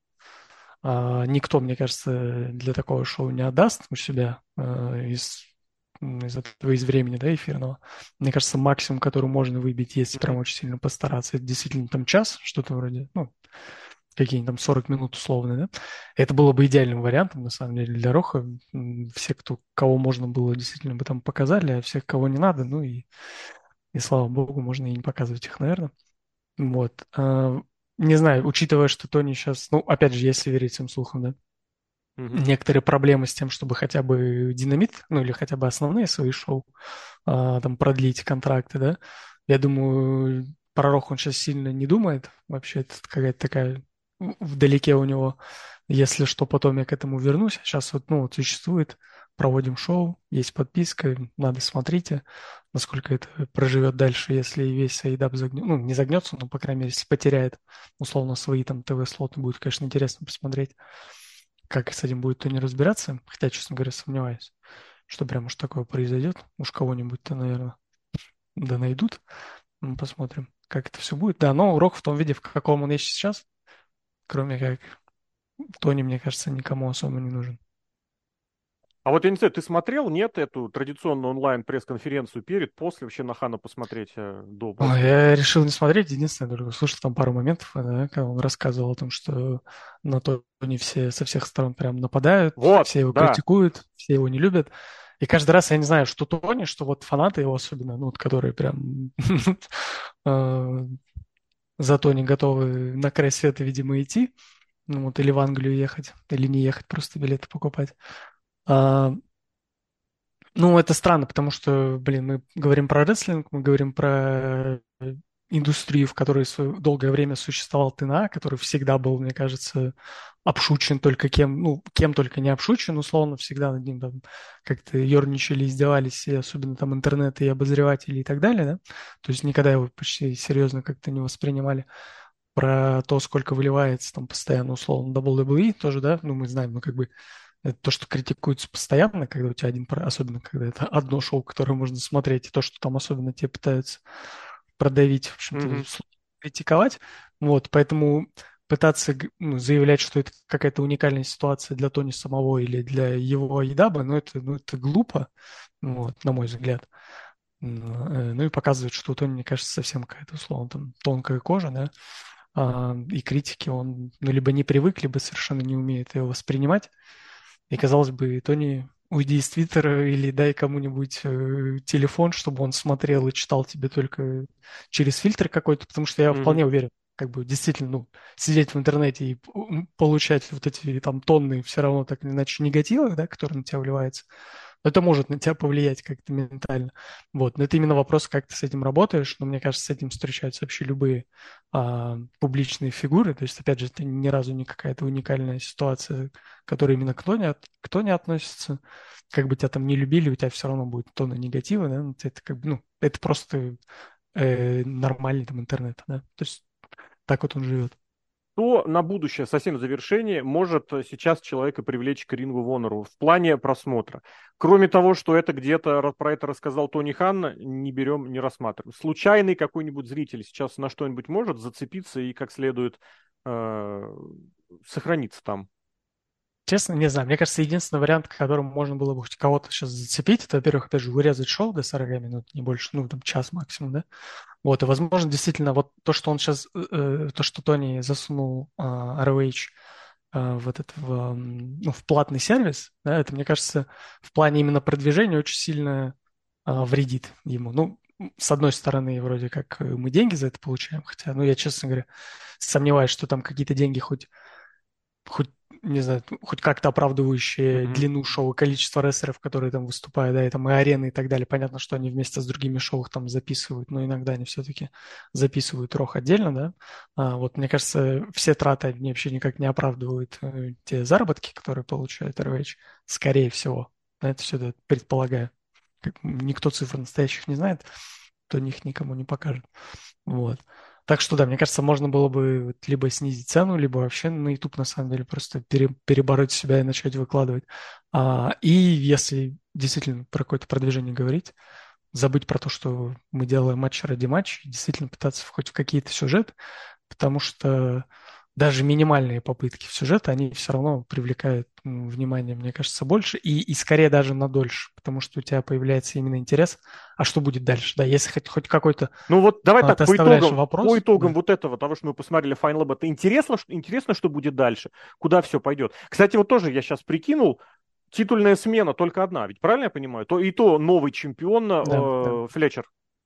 а, никто, мне кажется, для такого шоу не отдаст у себя а, из, из этого из времени, да, эфирного. Мне кажется, максимум, который можно выбить, если прям очень сильно постараться, это действительно там час, что-то вроде, ну, какие-нибудь там сорок минут условно, да. Это было бы идеальным вариантом, на самом деле, для Роха. М, Все, кто, кого можно было, действительно бы там показали, а всех, кого не надо, ну и, и слава богу, можно и не показывать их, наверное. Вот. А, Не знаю, учитывая, что Тони сейчас, ну, опять же, если верить всем слухам, да, Мгм. некоторые проблемы с тем, чтобы хотя бы динамит, ну или хотя бы основные свои шоу, а, там продлить контракты, да. Я думаю, про Рох он сейчас сильно не думает. Вообще, это какая-то такая в- вдалеке у него. Если что, потом я к этому вернусь. Сейчас вот, ну, вот существует, проводим шоу, есть подписка, надо смотрите, насколько это проживет дальше, если весь Айдап загнется, ну, не загнется, но, по крайней мере, если потеряет, условно, свои там ТВ-слоты, будет, конечно, интересно посмотреть, как с этим будет то не разбираться, хотя, честно говоря, сомневаюсь, что прям уж такое произойдет. Уж кого-нибудь-то, наверное, да найдут. Ну, посмотрим, как это все будет. Да, но урок в том виде, в каком он есть сейчас, кроме как Тони, мне кажется, никому особо не нужен. А вот я не знаю, ты смотрел, нет, эту традиционную онлайн-пресс-конференцию перед, после, вообще на Хана посмотреть э, до, Ой, после? я решил не смотреть. Единственное, только слышал там пару моментов, да, когда он рассказывал о том, что на Тони все со всех сторон прям нападают, Вот, все его да. критикуют, все его не любят. И каждый раз я не знаю, что Тони, что вот фанаты его особенно, ну, вот, которые прям э, за Тони готовы на край света, видимо, идти. Ну, вот или в Англию ехать, или не ехать, просто билеты покупать. А, ну, это странно, потому что, блин, мы говорим про рестлинг, мы говорим про э, индустрию, в которой свое- долгое время существовал тэ эн а, который всегда был, мне кажется, обшучен только кем, ну, кем только не обшучен, условно, всегда над ним там как-то ерничали, издевались, и особенно там интернет и обозреватели и так далее, да, то есть никогда его почти серьезно как-то не воспринимали. Про то, сколько выливается там постоянно, условно, дабл ю дабл ю и тоже, да, ну, мы знаем, ну, как бы это то, что критикуется постоянно, когда у тебя один, про- особенно когда это одно шоу, которое можно смотреть, и то, что там особенно тебе пытаются продавить, в общем-то, Мгм. сложно критиковать. Вот, поэтому пытаться ну, заявлять, что это какая-то уникальная ситуация для Тони самого или для его айдаба, ну, это, ну, это глупо, вот, на мой взгляд. Ну, ну и показывает, что у Тони, мне кажется, совсем какая-то, условно, там, тонкая кожа, да, а, и критики он, ну, либо не привык, либо совершенно не умеет ее воспринимать. И, казалось бы, Тони, уйди из Твиттера или дай кому-нибудь э, телефон, чтобы он смотрел и читал тебе только через фильтр какой-то, потому что я Мгм. вполне уверен, как бы действительно, ну, сидеть в интернете и п- получать вот эти там тонны все равно так или иначе негатива, да, который на тебя вливается, это может на тебя повлиять как-то ментально. Вот. Но это именно вопрос, как ты с этим работаешь. Но мне кажется, с этим встречаются вообще любые а, публичные фигуры. То есть, опять же, это ни разу не какая-то уникальная ситуация, к которой именно кто не, от- кто не относится. Как бы тебя там не любили, у тебя все равно будет тонна негатива, да? Ну, Это как бы, ну, это просто э, нормальный там интернет, да? То есть так вот он живет. Что на будущее, совсем в завершении, может э, сейчас человека привлечь к Рингу of Honor в плане просмотра? Кроме того, что это где-то ра- про это рассказал Тони Хан, не берем, не рассматриваем. Случайный какой-нибудь зритель сейчас на что-нибудь может зацепиться и как следует э, сохраниться там? Честно, не знаю. Мне кажется, единственный вариант, которым можно было бы хоть кого-то сейчас зацепить, это, во-первых, опять же, урезать шоу до сорока минут, не больше, ну, там, час максимум, да? Вот, и, возможно, действительно, вот то, что он сейчас, э, то, что Тони засунул э, ар о эйч э, в этот, в, м, ну, в платный сервис, да, это, мне кажется, в плане именно продвижения очень сильно э, вредит ему. Ну, с одной стороны, вроде как э, мы деньги за это получаем, хотя, ну, я, честно говоря, сомневаюсь, что там какие-то деньги хоть хоть, не знаю, хоть как-то оправдывающие Мгм. длину шоу, количество рестлеров, которые там выступают, да, и там и арены и так далее. Понятно, что они вместе с другими шоу их там записывают, но иногда они все-таки записывают рох отдельно, да. А, вот, мне кажется, все траты, они вообще никак не оправдывают э, те заработки, которые получает ар о эйч, скорее всего. Да, это все это предполагаю. Как никто цифр настоящих не знает, то них никому не покажет. Вот. Так что да, мне кажется, можно было бы вот либо снизить цену, либо вообще на YouTube на самом деле просто пере- перебороть себя и начать выкладывать. А, и если действительно про какое-то продвижение говорить, забыть про то, что мы делаем матч ради матча, и действительно пытаться хоть в какие-то сюжеты, потому что даже минимальные попытки в сюжет, они все равно привлекают м, внимание, мне кажется, больше и, и скорее даже на дольше, потому что у тебя появляется именно интерес, а что будет дальше, да, если хоть, хоть какой-то Ну вот давай а, так, ты по оставляешь итогам, по вопрос, итогам да. вот этого, того, что мы посмотрели Final Battle, интересно, что, интересно, что будет дальше, куда все пойдет. Кстати, вот тоже я сейчас прикинул, титульная смена только одна, ведь правильно я понимаю? То и то новый чемпион Да, да. э, Флетчер.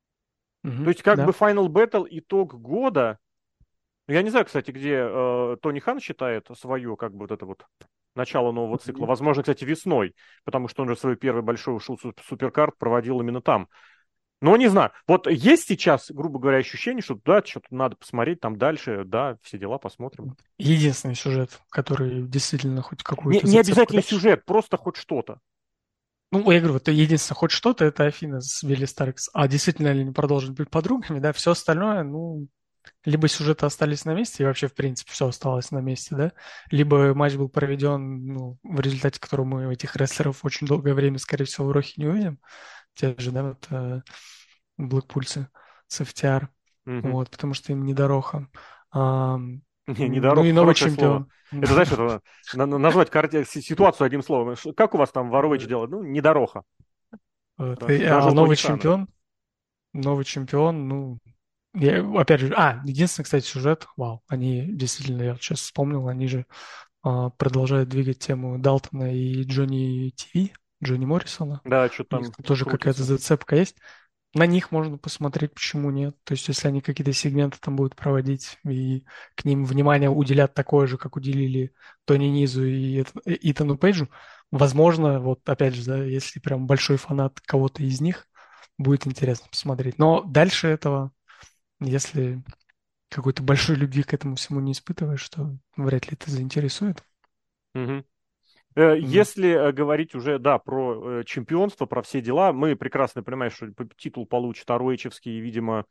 То Мгм, есть как бы да. Final Battle итог года. Ну, я не знаю, кстати, где э, Тони Хан считает свое, как бы вот это вот начало нового цикла. Мгм. Возможно, кстати, весной, потому что он же свой первый большой шоу Суперкард проводил именно там. Но не знаю. Вот есть сейчас, грубо говоря, ощущение, что да, что-то надо посмотреть там дальше, да, все дела посмотрим. Единственный сюжет, который действительно хоть Не, какую-то не зацепку обязательно дальше. сюжет, просто хоть что-то. Ну, я говорю, вот единственное, хоть что-то, это Афина с Билли Старкс. А действительно ли они продолжат быть подругами, да, все остальное, ну, либо сюжеты остались на месте, и вообще, в принципе, все осталось на месте, да, либо матч был проведен, ну, в результате которого мы этих рестлеров очень долгое время, скорее всего, в Рохе не увидим. Те же, да, вот э, Блэкпульсы с эф ти ар, Мгм. вот, потому что им не до Роха. А, Не, не ну дорога, и новый хорошее слово. чемпион. Это, знаешь, это на- на- назвать карте- си- ситуацию одним словом. Ш- Как у вас там в ар о эйч Да. делают? Ну, не дороха. Вот. И, Даже, даже а у Тони новый Хана. чемпион, новый чемпион, ну, я, опять же, а, единственный, кстати, сюжет, вау, они действительно, я вот сейчас вспомнил, они же а, продолжают двигать тему Далтона и Джонни Ти Ви, Джонни Моррисона. Да, что-то У них там там тоже какая-то крутится. зацепка есть. На них можно посмотреть, почему нет. То есть, если они какие-то сегменты там будут проводить и к ним внимание уделят такое же, как уделили Тони Низу и Эт- э, Итану Пейджу, возможно, вот опять же, да, если прям большой фанат кого-то из них, будет интересно посмотреть. Но дальше этого, если какой-то большой любви к этому всему не испытываешь, то вряд ли это заинтересует. Мгм. Э, Вот. Если э, говорить уже, да, про э, чемпионство, про все дела, мы прекрасно понимаем, что п- титул получит Ароичевский, видимо,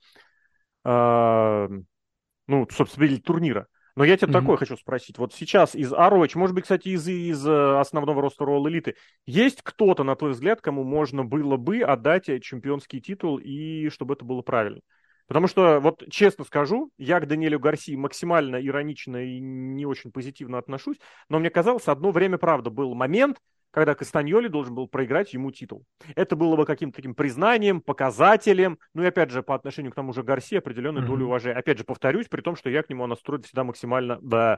э, ну, собственно, победитель турнира. Но я тебя Мгм. такое хочу спросить. Вот сейчас из Ароич, может быть, кстати, из, из э, основного роста Royal Elite, есть кто-то, на твой взгляд, кому можно было бы отдать э, чемпионский титул и чтобы это было правильно? Потому что, вот честно скажу, я к Даниэлю Гарсии максимально иронично и не очень позитивно отношусь, но мне казалось, одно время, правда, был момент, когда Кастаньоли должен был проиграть ему титул. Это было бы каким-то таким признанием, показателем, ну и опять же, по отношению к тому же Гарси определенной долей Мгм. уважения. Опять же, повторюсь, при том, что я к нему настроен всегда максимально, да.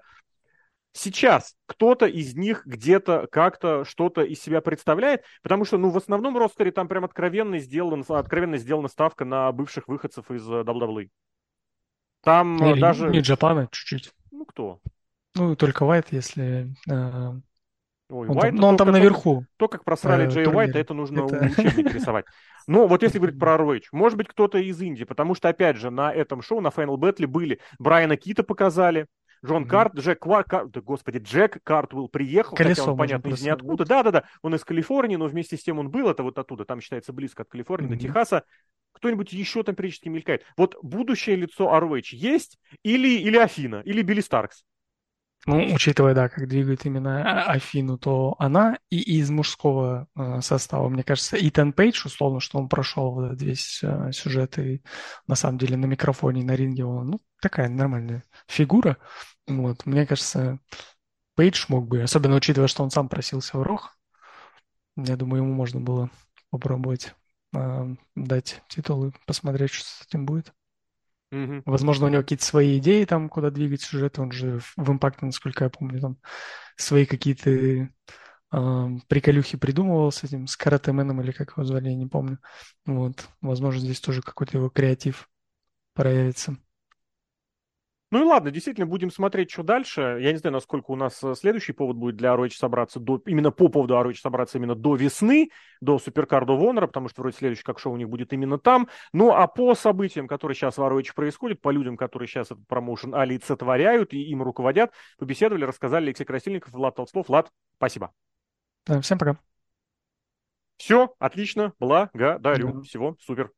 Сейчас кто-то из них где-то как-то что-то из себя представляет, потому что, ну, в основном ростере там прям откровенно сделана, откровенно сделана ставка на бывших выходцев из э, дабл ю дабл ю и. Там э, Или даже, Нью-Джапана чуть-чуть. ну, кто? Ну, только Уайт, если э, Ой, он там, Уайта но он там только, то, как, наверху то, как просрали э, Джей Уайта, турнира. это нужно Это, у- учебники рисовать. Но вот если это говорить да. про Ар О Эйч, может быть, кто-то из Индии, потому что, опять же, на этом шоу, на Final Battle были Брайана Кита показали, Джон Мгм. Карт, Джек Кар, Кар- да, господи, Джек Картвелл приехал, хотя он, Колесо можно понятно, из просто ниоткуда. забыть. Да-да-да, он из Калифорнии, но вместе с тем он был, это вот оттуда, там считается близко от Калифорнии до Мгм. Техаса. Кто-нибудь еще там периодически мелькает. Вот будущее лицо Ар О Эйч есть? Или, или Афина, или Билли Старкс? Ну, учитывая, да, как двигает именно А- Афину, то она и из мужского э, состава, мне кажется, Итан Пейдж, условно, что он прошел вот этот весь э, сюжет и на самом деле на микрофоне, на ринге он, ну, такая нормальная фигура. Вот, мне кажется, Пейдж мог бы, особенно учитывая, что он сам просился в Рох, я думаю, ему можно было попробовать э, дать титул и посмотреть, что с этим будет. Мгм. Возможно, у него какие-то свои идеи там, куда двигать сюжет. Он же в в импакте, насколько я помню, там свои какие-то а, приколюхи придумывал с этим, с карате-меном или как его звали, я не помню. Вот. Возможно, здесь тоже какой-то его креатив проявится. Ну и ладно, действительно, будем смотреть, что дальше. Я не знаю, насколько у нас э, следующий повод будет для Ар О Эйч собраться до, именно по поводу Ар О Эйч собраться именно до весны, до Суперкарда Вонера, потому что вроде следующий как шоу у них будет именно там. Ну а по событиям, которые сейчас в Ар О Эйч происходят, по людям, которые сейчас этот промоушен олицетворяют и им руководят, побеседовали, рассказали Алексей Красильников, Влад Толстов. Влад, спасибо. Да, всем пока. Все, отлично, благодарю. Да. Всего, супер.